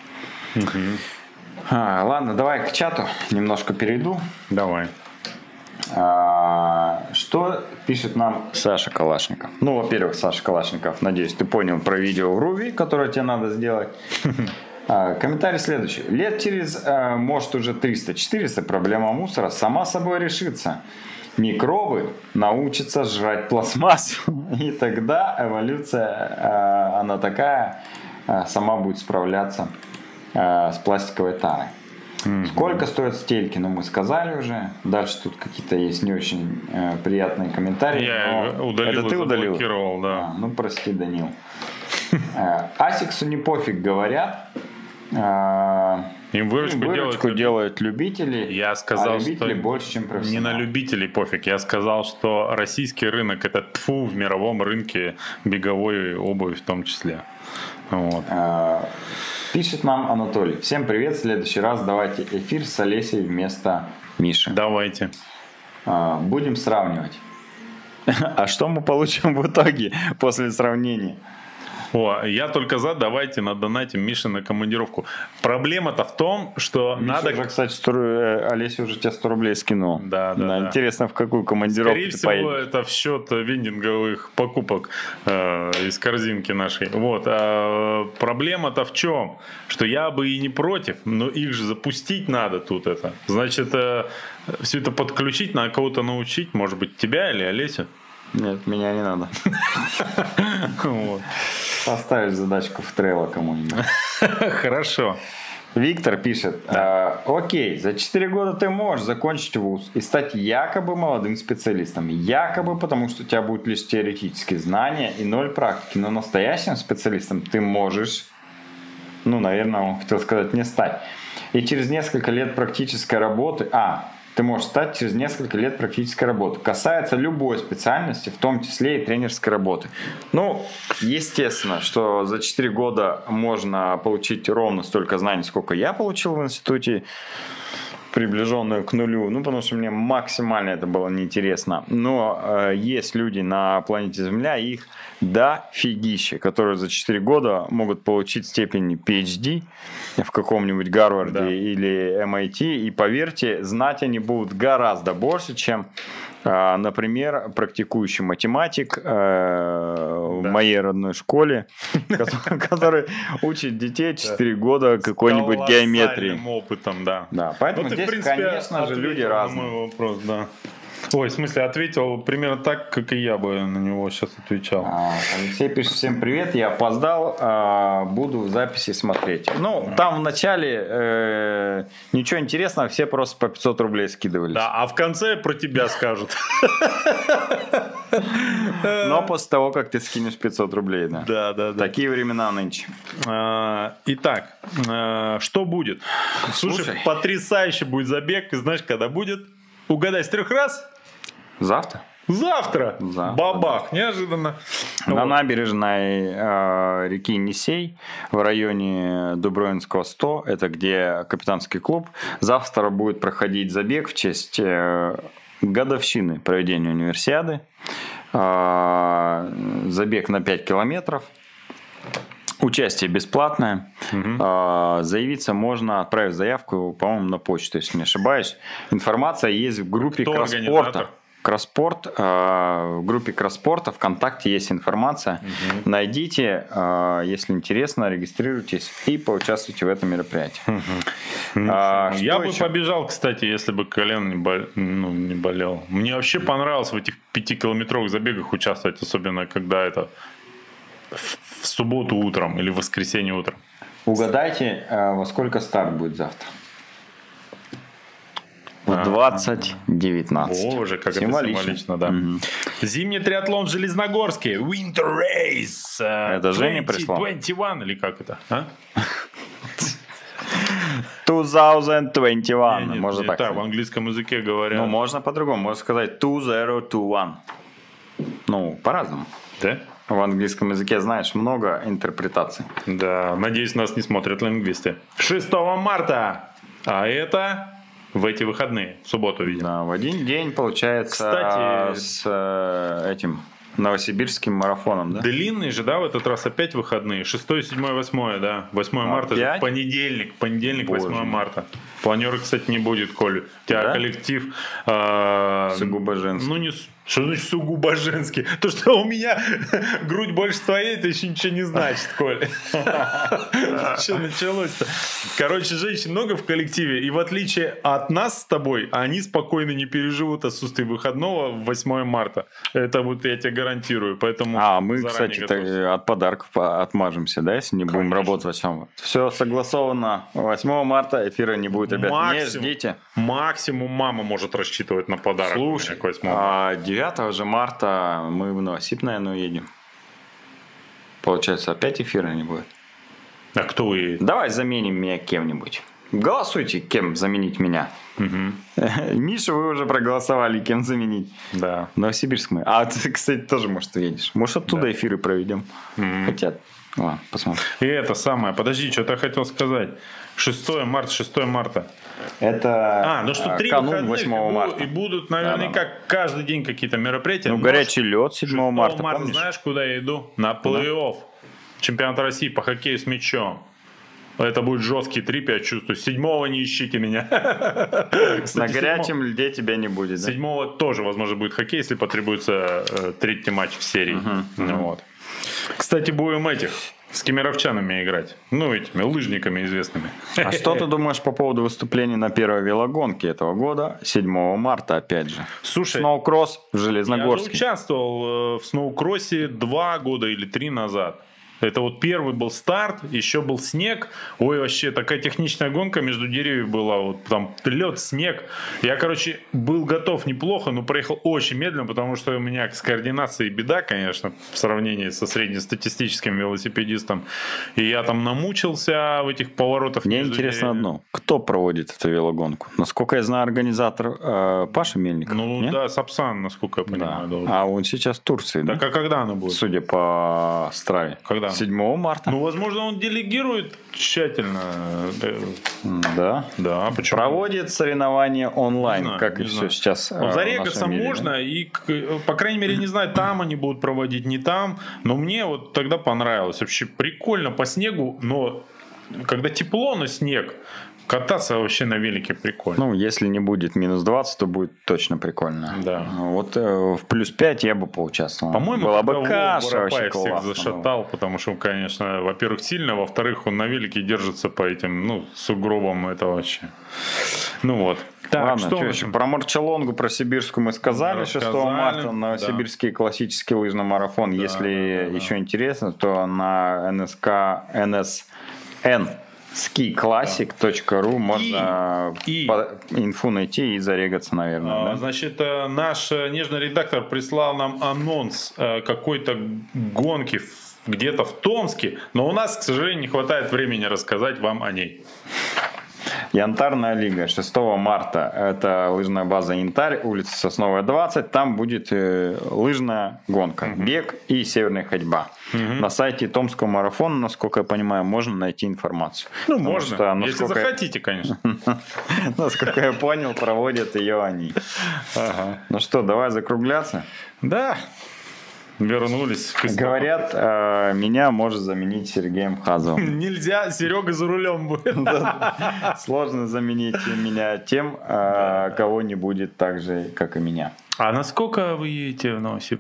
А, ладно, давай к чату немножко перейду. Давай. А, что пишет нам Саша Калашников? Ну, во-первых, Саша Калашников, надеюсь, ты понял про видео в Руби, которое тебе надо сделать. А, комментарий следующий. Лет через, а, может, уже триста-четыреста проблема мусора сама собой решится. Микробы научатся жрать пластмассу. И тогда эволюция, а, она такая, а, сама будет справляться а, с пластиковой тарой. Mm-hmm. Сколько стоят стельки? Ну, мы сказали уже. Дальше тут какие-то есть не очень э, приятные комментарии. Я удалил, это ты удалил? заблокировал, да. А, ну, прости, Данил. Асиксу не пофиг, говорят. Им выручку, Им выручку делают, делают любители. Я сказал, а любители что больше, чем не профессионалы. на любителей пофиг. Я сказал, что российский рынок это тьфу в мировом рынке беговой обуви в том числе. Вот. А, пишет нам Анатолий. Всем привет. В следующий раз давайте эфир с Олесей вместо Миши. Давайте. А, будем сравнивать. А что мы получим в итоге после сравнения? О, я только за, давайте надонатим Мише на командировку. Проблема-то в том, что Миша надо... уже, кстати, сто, Олеся уже тебе сто рублей скинул. Да, да, да. Интересно, в какую командировку Скорее ты всего, поедешь. это в счет вендинговых покупок э, из корзинки нашей. Вот. А проблема-то в чем? Что я бы и не против, но их же запустить надо тут это. Значит, э, все это подключить, надо кого-то научить. Может быть, тебя или Олесю? Нет, меня не надо. Поставишь задачку в трейло кому-нибудь. Хорошо. Виктор пишет. Да. Окей, за четыре года ты можешь закончить вуз и стать якобы молодым специалистом. Якобы потому, что у тебя будут лишь теоретические знания и ноль практики. Но настоящим специалистом ты можешь Ну, наверное, он хотел сказать не стать. И через несколько лет практической работы... А, ты можешь стать через несколько лет практической работы. Касается любой специальности, в том числе и тренерской работы. Ну, естественно, что за четыре года можно получить ровно столько знаний, сколько я получил в институте, приближенную к нулю, ну, потому что мне максимально это было неинтересно. Но э, есть люди на планете Земля, их дофигища, которые за четыре года могут получить степень пи эйч ди в каком-нибудь Гарварде да. или эм ай ти, и поверьте, знать они будут гораздо больше, чем, э, например, практикующий математик э, да. в моей родной школе, который учит детей четыре года какой-нибудь геометрии. Опытом, да. Да, поэтому здесь, конечно же, люди разные. На мой вопрос, да. Ой, в смысле, ответил примерно так, как и я бы на него сейчас отвечал. А, Алексей пишет: всем привет, я опоздал, а, буду в записи смотреть. Ну, там в начале э, ничего интересного, все просто по пятьсот рублей скидывались. Да, а в конце про тебя скажут. Но после того, как ты скинешь пятьсот рублей, да. Да, да, да. Такие времена нынче. Итак, что будет? Слушай, потрясающе будет забег. Знаешь, когда будет? Угадай с трех раз. Завтра? Завтра. Завтра Бабах, да. Неожиданно. На вот. набережной э, реки Енисей в районе Дубровинского сто, это где капитанский клуб, завтра будет проходить забег в честь э, годовщины проведения универсиады. Э, забег на пять километров. Участие бесплатное. Угу. Заявиться можно, отправив заявку, по-моему, на почту, если не ошибаюсь. Информация есть в группе Кто Кросспорта. Кросспорт, в группе Кросспорта ВКонтакте есть информация. Угу. Найдите, если интересно, регистрируйтесь и поучаствуйте в этом мероприятии. Угу. А, Я бы еще? побежал, кстати, если бы колено не, бол... ну, не болел. Мне вообще понравилось в этих пятикилометровых забегах участвовать, особенно когда это в субботу утром или в воскресенье утром. Угадайте, во сколько старт будет завтра? В двадцать девятнадцать. Боже, как символично. Это символично, да. Угу. Зимний триатлон в Железногорске. Winter Race. Это Женя прислал? двадцать двадцать один или как это? А? две тысячи двадцать один. Нет, можно нет, так так сказать. В английском языке говорят. Ну, можно по-другому. Можно сказать две тысячи двадцать один. Ну, по-разному. Да? В английском языке, знаешь, много интерпретаций. Да, надеюсь, нас не смотрят лингвисты. шестого марта. А это в эти выходные, в субботу, видимо. Да, в один день, получается, кстати, с э, этим новосибирским марафоном, да? Длинный же, да, в этот раз опять выходные. шестое, седьмое, восьмое, да. восьмое марта же понедельник. Понедельник, Боже. восьмое марта. Планеры, кстати, не будет, Коль. У тебя да? коллектив... Э, сугубо женский. Ну, не... Что значит сугубо женский? То, что у меня грудь больше твоей, это еще ничего не значит, Коля. Что началось-то? Короче, женщин много в коллективе, и в отличие от нас с тобой, они спокойно не переживут отсутствие выходного в восьмое марта. Это вот я тебе гарантирую. Поэтому а, мы, кстати, от подарков отмажемся, да, если не будем Конечно. работать в восьмом. Все согласовано. восьмого марта эфира не будет, ребят. Максимум, не ждите. Максимум мама может рассчитывать на подарок. Слушай, к восьмому. девятого же марта мы в Новосиб, наверное, уедем. Получается, опять эфира не будет. А кто уедет? Давай заменим меня кем-нибудь. Голосуйте, кем заменить меня. Угу. Миша, вы уже проголосовали, кем заменить. Да. Новосибирск мы. А ты, кстати, тоже, может, уедешь. Может, оттуда да. эфиры проведем. Угу. Хотя, ладно, посмотрим. И это самое. Подожди, что-то я хотел сказать. шестое марта, шестое марта. Это а, ну что, три канун восьмого марта. И будут наверняка да, да. каждый день какие-то мероприятия. Ну, горячий лед седьмого марта, марта помнишь? Знаешь, куда я иду? На плей-офф. Да. Чемпионат России по хоккею с мячом. Это будет жесткий трип, я чувствую. Седьмого не ищите меня. Кстати, на горячем седьмого... льде тебя не будет. Да? Седьмого тоже, возможно, будет хоккей, если потребуется э, третий матч в серии. Uh-huh, uh-huh. Вот. Кстати, будем этих с кемеровчанами играть. Ну, этими лыжниками известными. А что ты думаешь по поводу выступления на первой велогонке этого года, седьмого марта, опять же? Слушай, сноукросс в Железногорске. Я же участвовал в сноукроссе два года или три назад. Это вот первый был старт, еще был снег. Ой, вообще такая техничная гонка между деревьев была. Вот там лед, снег. Я, короче, был готов неплохо, но проехал очень медленно, потому что у меня с координацией беда, конечно, в сравнении со среднестатистическим велосипедистом. И я там намучился в этих поворотах. Мне интересно деревьев. Одно. Кто проводит эту велогонку? Насколько я знаю, организатор э, Паша Мельников. Ну нет? да, Сапсан, насколько я понимаю. Да. А он сейчас в Турции, да? Так а когда она будет? Судя по Страве. Когда? седьмого марта. Ну, возможно, он делегирует тщательно. Да. Да, почему? Проводит соревнования онлайн, знаю, как и все знаю. сейчас. Ну, зарегаться мире, можно, да? И, по крайней мере, не знаю, там они будут проводить, не там. Но мне вот тогда понравилось. Вообще прикольно по снегу, но когда тепло, но снег, кататься вообще на велике прикольно. Ну, если не будет минус двадцать, то будет точно прикольно. Да. Вот э, в плюс пять я бы поучаствовал. По-моему, была бы каша вообще всех классно зашатал, было. Потому что, конечно, во-первых, сильно, во-вторых, он на велике держится по этим, ну, сугробам, это вообще. Ну вот. Так, ладно, что, что еще? Про Марчелонгу, про сибирскую мы сказали. Рассказали, шестого марта Новосибирский да. классический лыжный марафон. Да, Если да, да, еще да. интересно, то на эн эс ка, эн эс эн ски классик точка ру можно и, по, инфу найти и зарегаться, наверное. А, да? Значит, наш нежный редактор прислал нам анонс какой-то гонки где-то в Томске, но у нас, к сожалению, не хватает времени рассказать вам о ней. Янтарная лига, шестого марта. Это лыжная база Янтарь, улица Сосновая, двадцать. Там будет э, лыжная гонка, uh-huh. бег и северная ходьба. Uh-huh. На сайте Томского марафона, насколько я понимаю, можно найти информацию. Ну, Потому можно, что, насколько... если захотите, конечно. Насколько я понял, проводят ее они. Ну что, давай закругляться? Да. Вернулись. Говорят, э, меня может заменить Сергеем Хазовым. Нельзя, Серега за рулем будет. Сложно заменить меня тем, э, кого не будет так же, как и меня. А на сколько вы едете в Новосиб?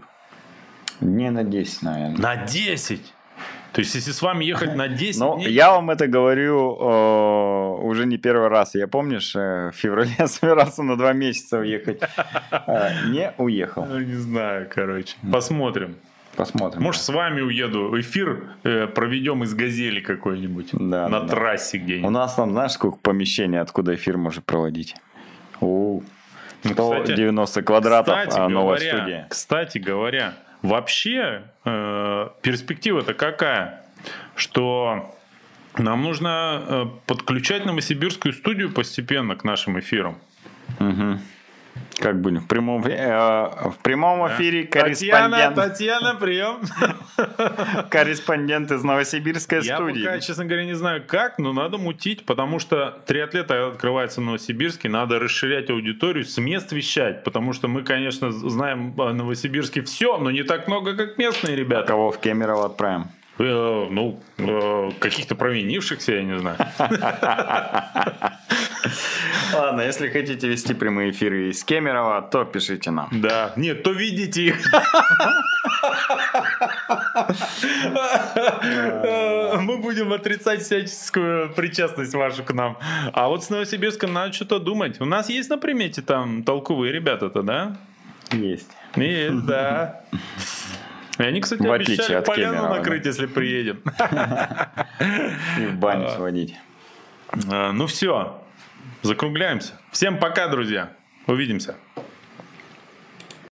Не на десять, наверное. На десять? То есть, если с вами ехать на десять ну, дней... Я вам это говорю э, уже не первый раз. Я, помнишь, э, в феврале я собирался на два месяца уехать. Э, не уехал. Ну, не знаю, короче. Посмотрим. Посмотрим. Может, с вами уеду. Эфир э, проведем из «Газели» какой-нибудь. Да, на да. трассе где-нибудь. У нас там, знаешь, сколько помещений, откуда эфир может проводить? У сто девяносто квадратов, кстати, а новая говоря, студия. Кстати говоря, вообще э, перспектива-то какая? Что нам нужно э, подключать новосибирскую студию постепенно к нашим эфирам. Угу. Как будем? В прямом, э, в прямом да. эфире Татьяна, корреспондент. Татьяна, прием. Корреспондент из новосибирской Я студии. Я пока, честно говоря, не знаю как, но надо мутить, потому что триатлета открывается в Новосибирске, надо расширять аудиторию, с мест вещать, потому что мы, конечно, знаем о Новосибирске все, но не так много, как местные ребята. Кого в Кемерово отправим? Э, ну, э, каких-то провинившихся, я не знаю. Ладно, если хотите вести прямые эфиры из Кемерово, то пишите нам. Да, нет, то видите их. Мы будем отрицать всяческую причастность вашу к нам. А вот с Новосибирском надо что-то думать. У нас есть на примете там толковые ребята-то, да? Есть. Есть, да. И они, кстати, в обещали поляну Кемерово, накрыть, да? Если приедем. И в баню сводить. Ну все, закругляемся. Всем пока, друзья. Увидимся.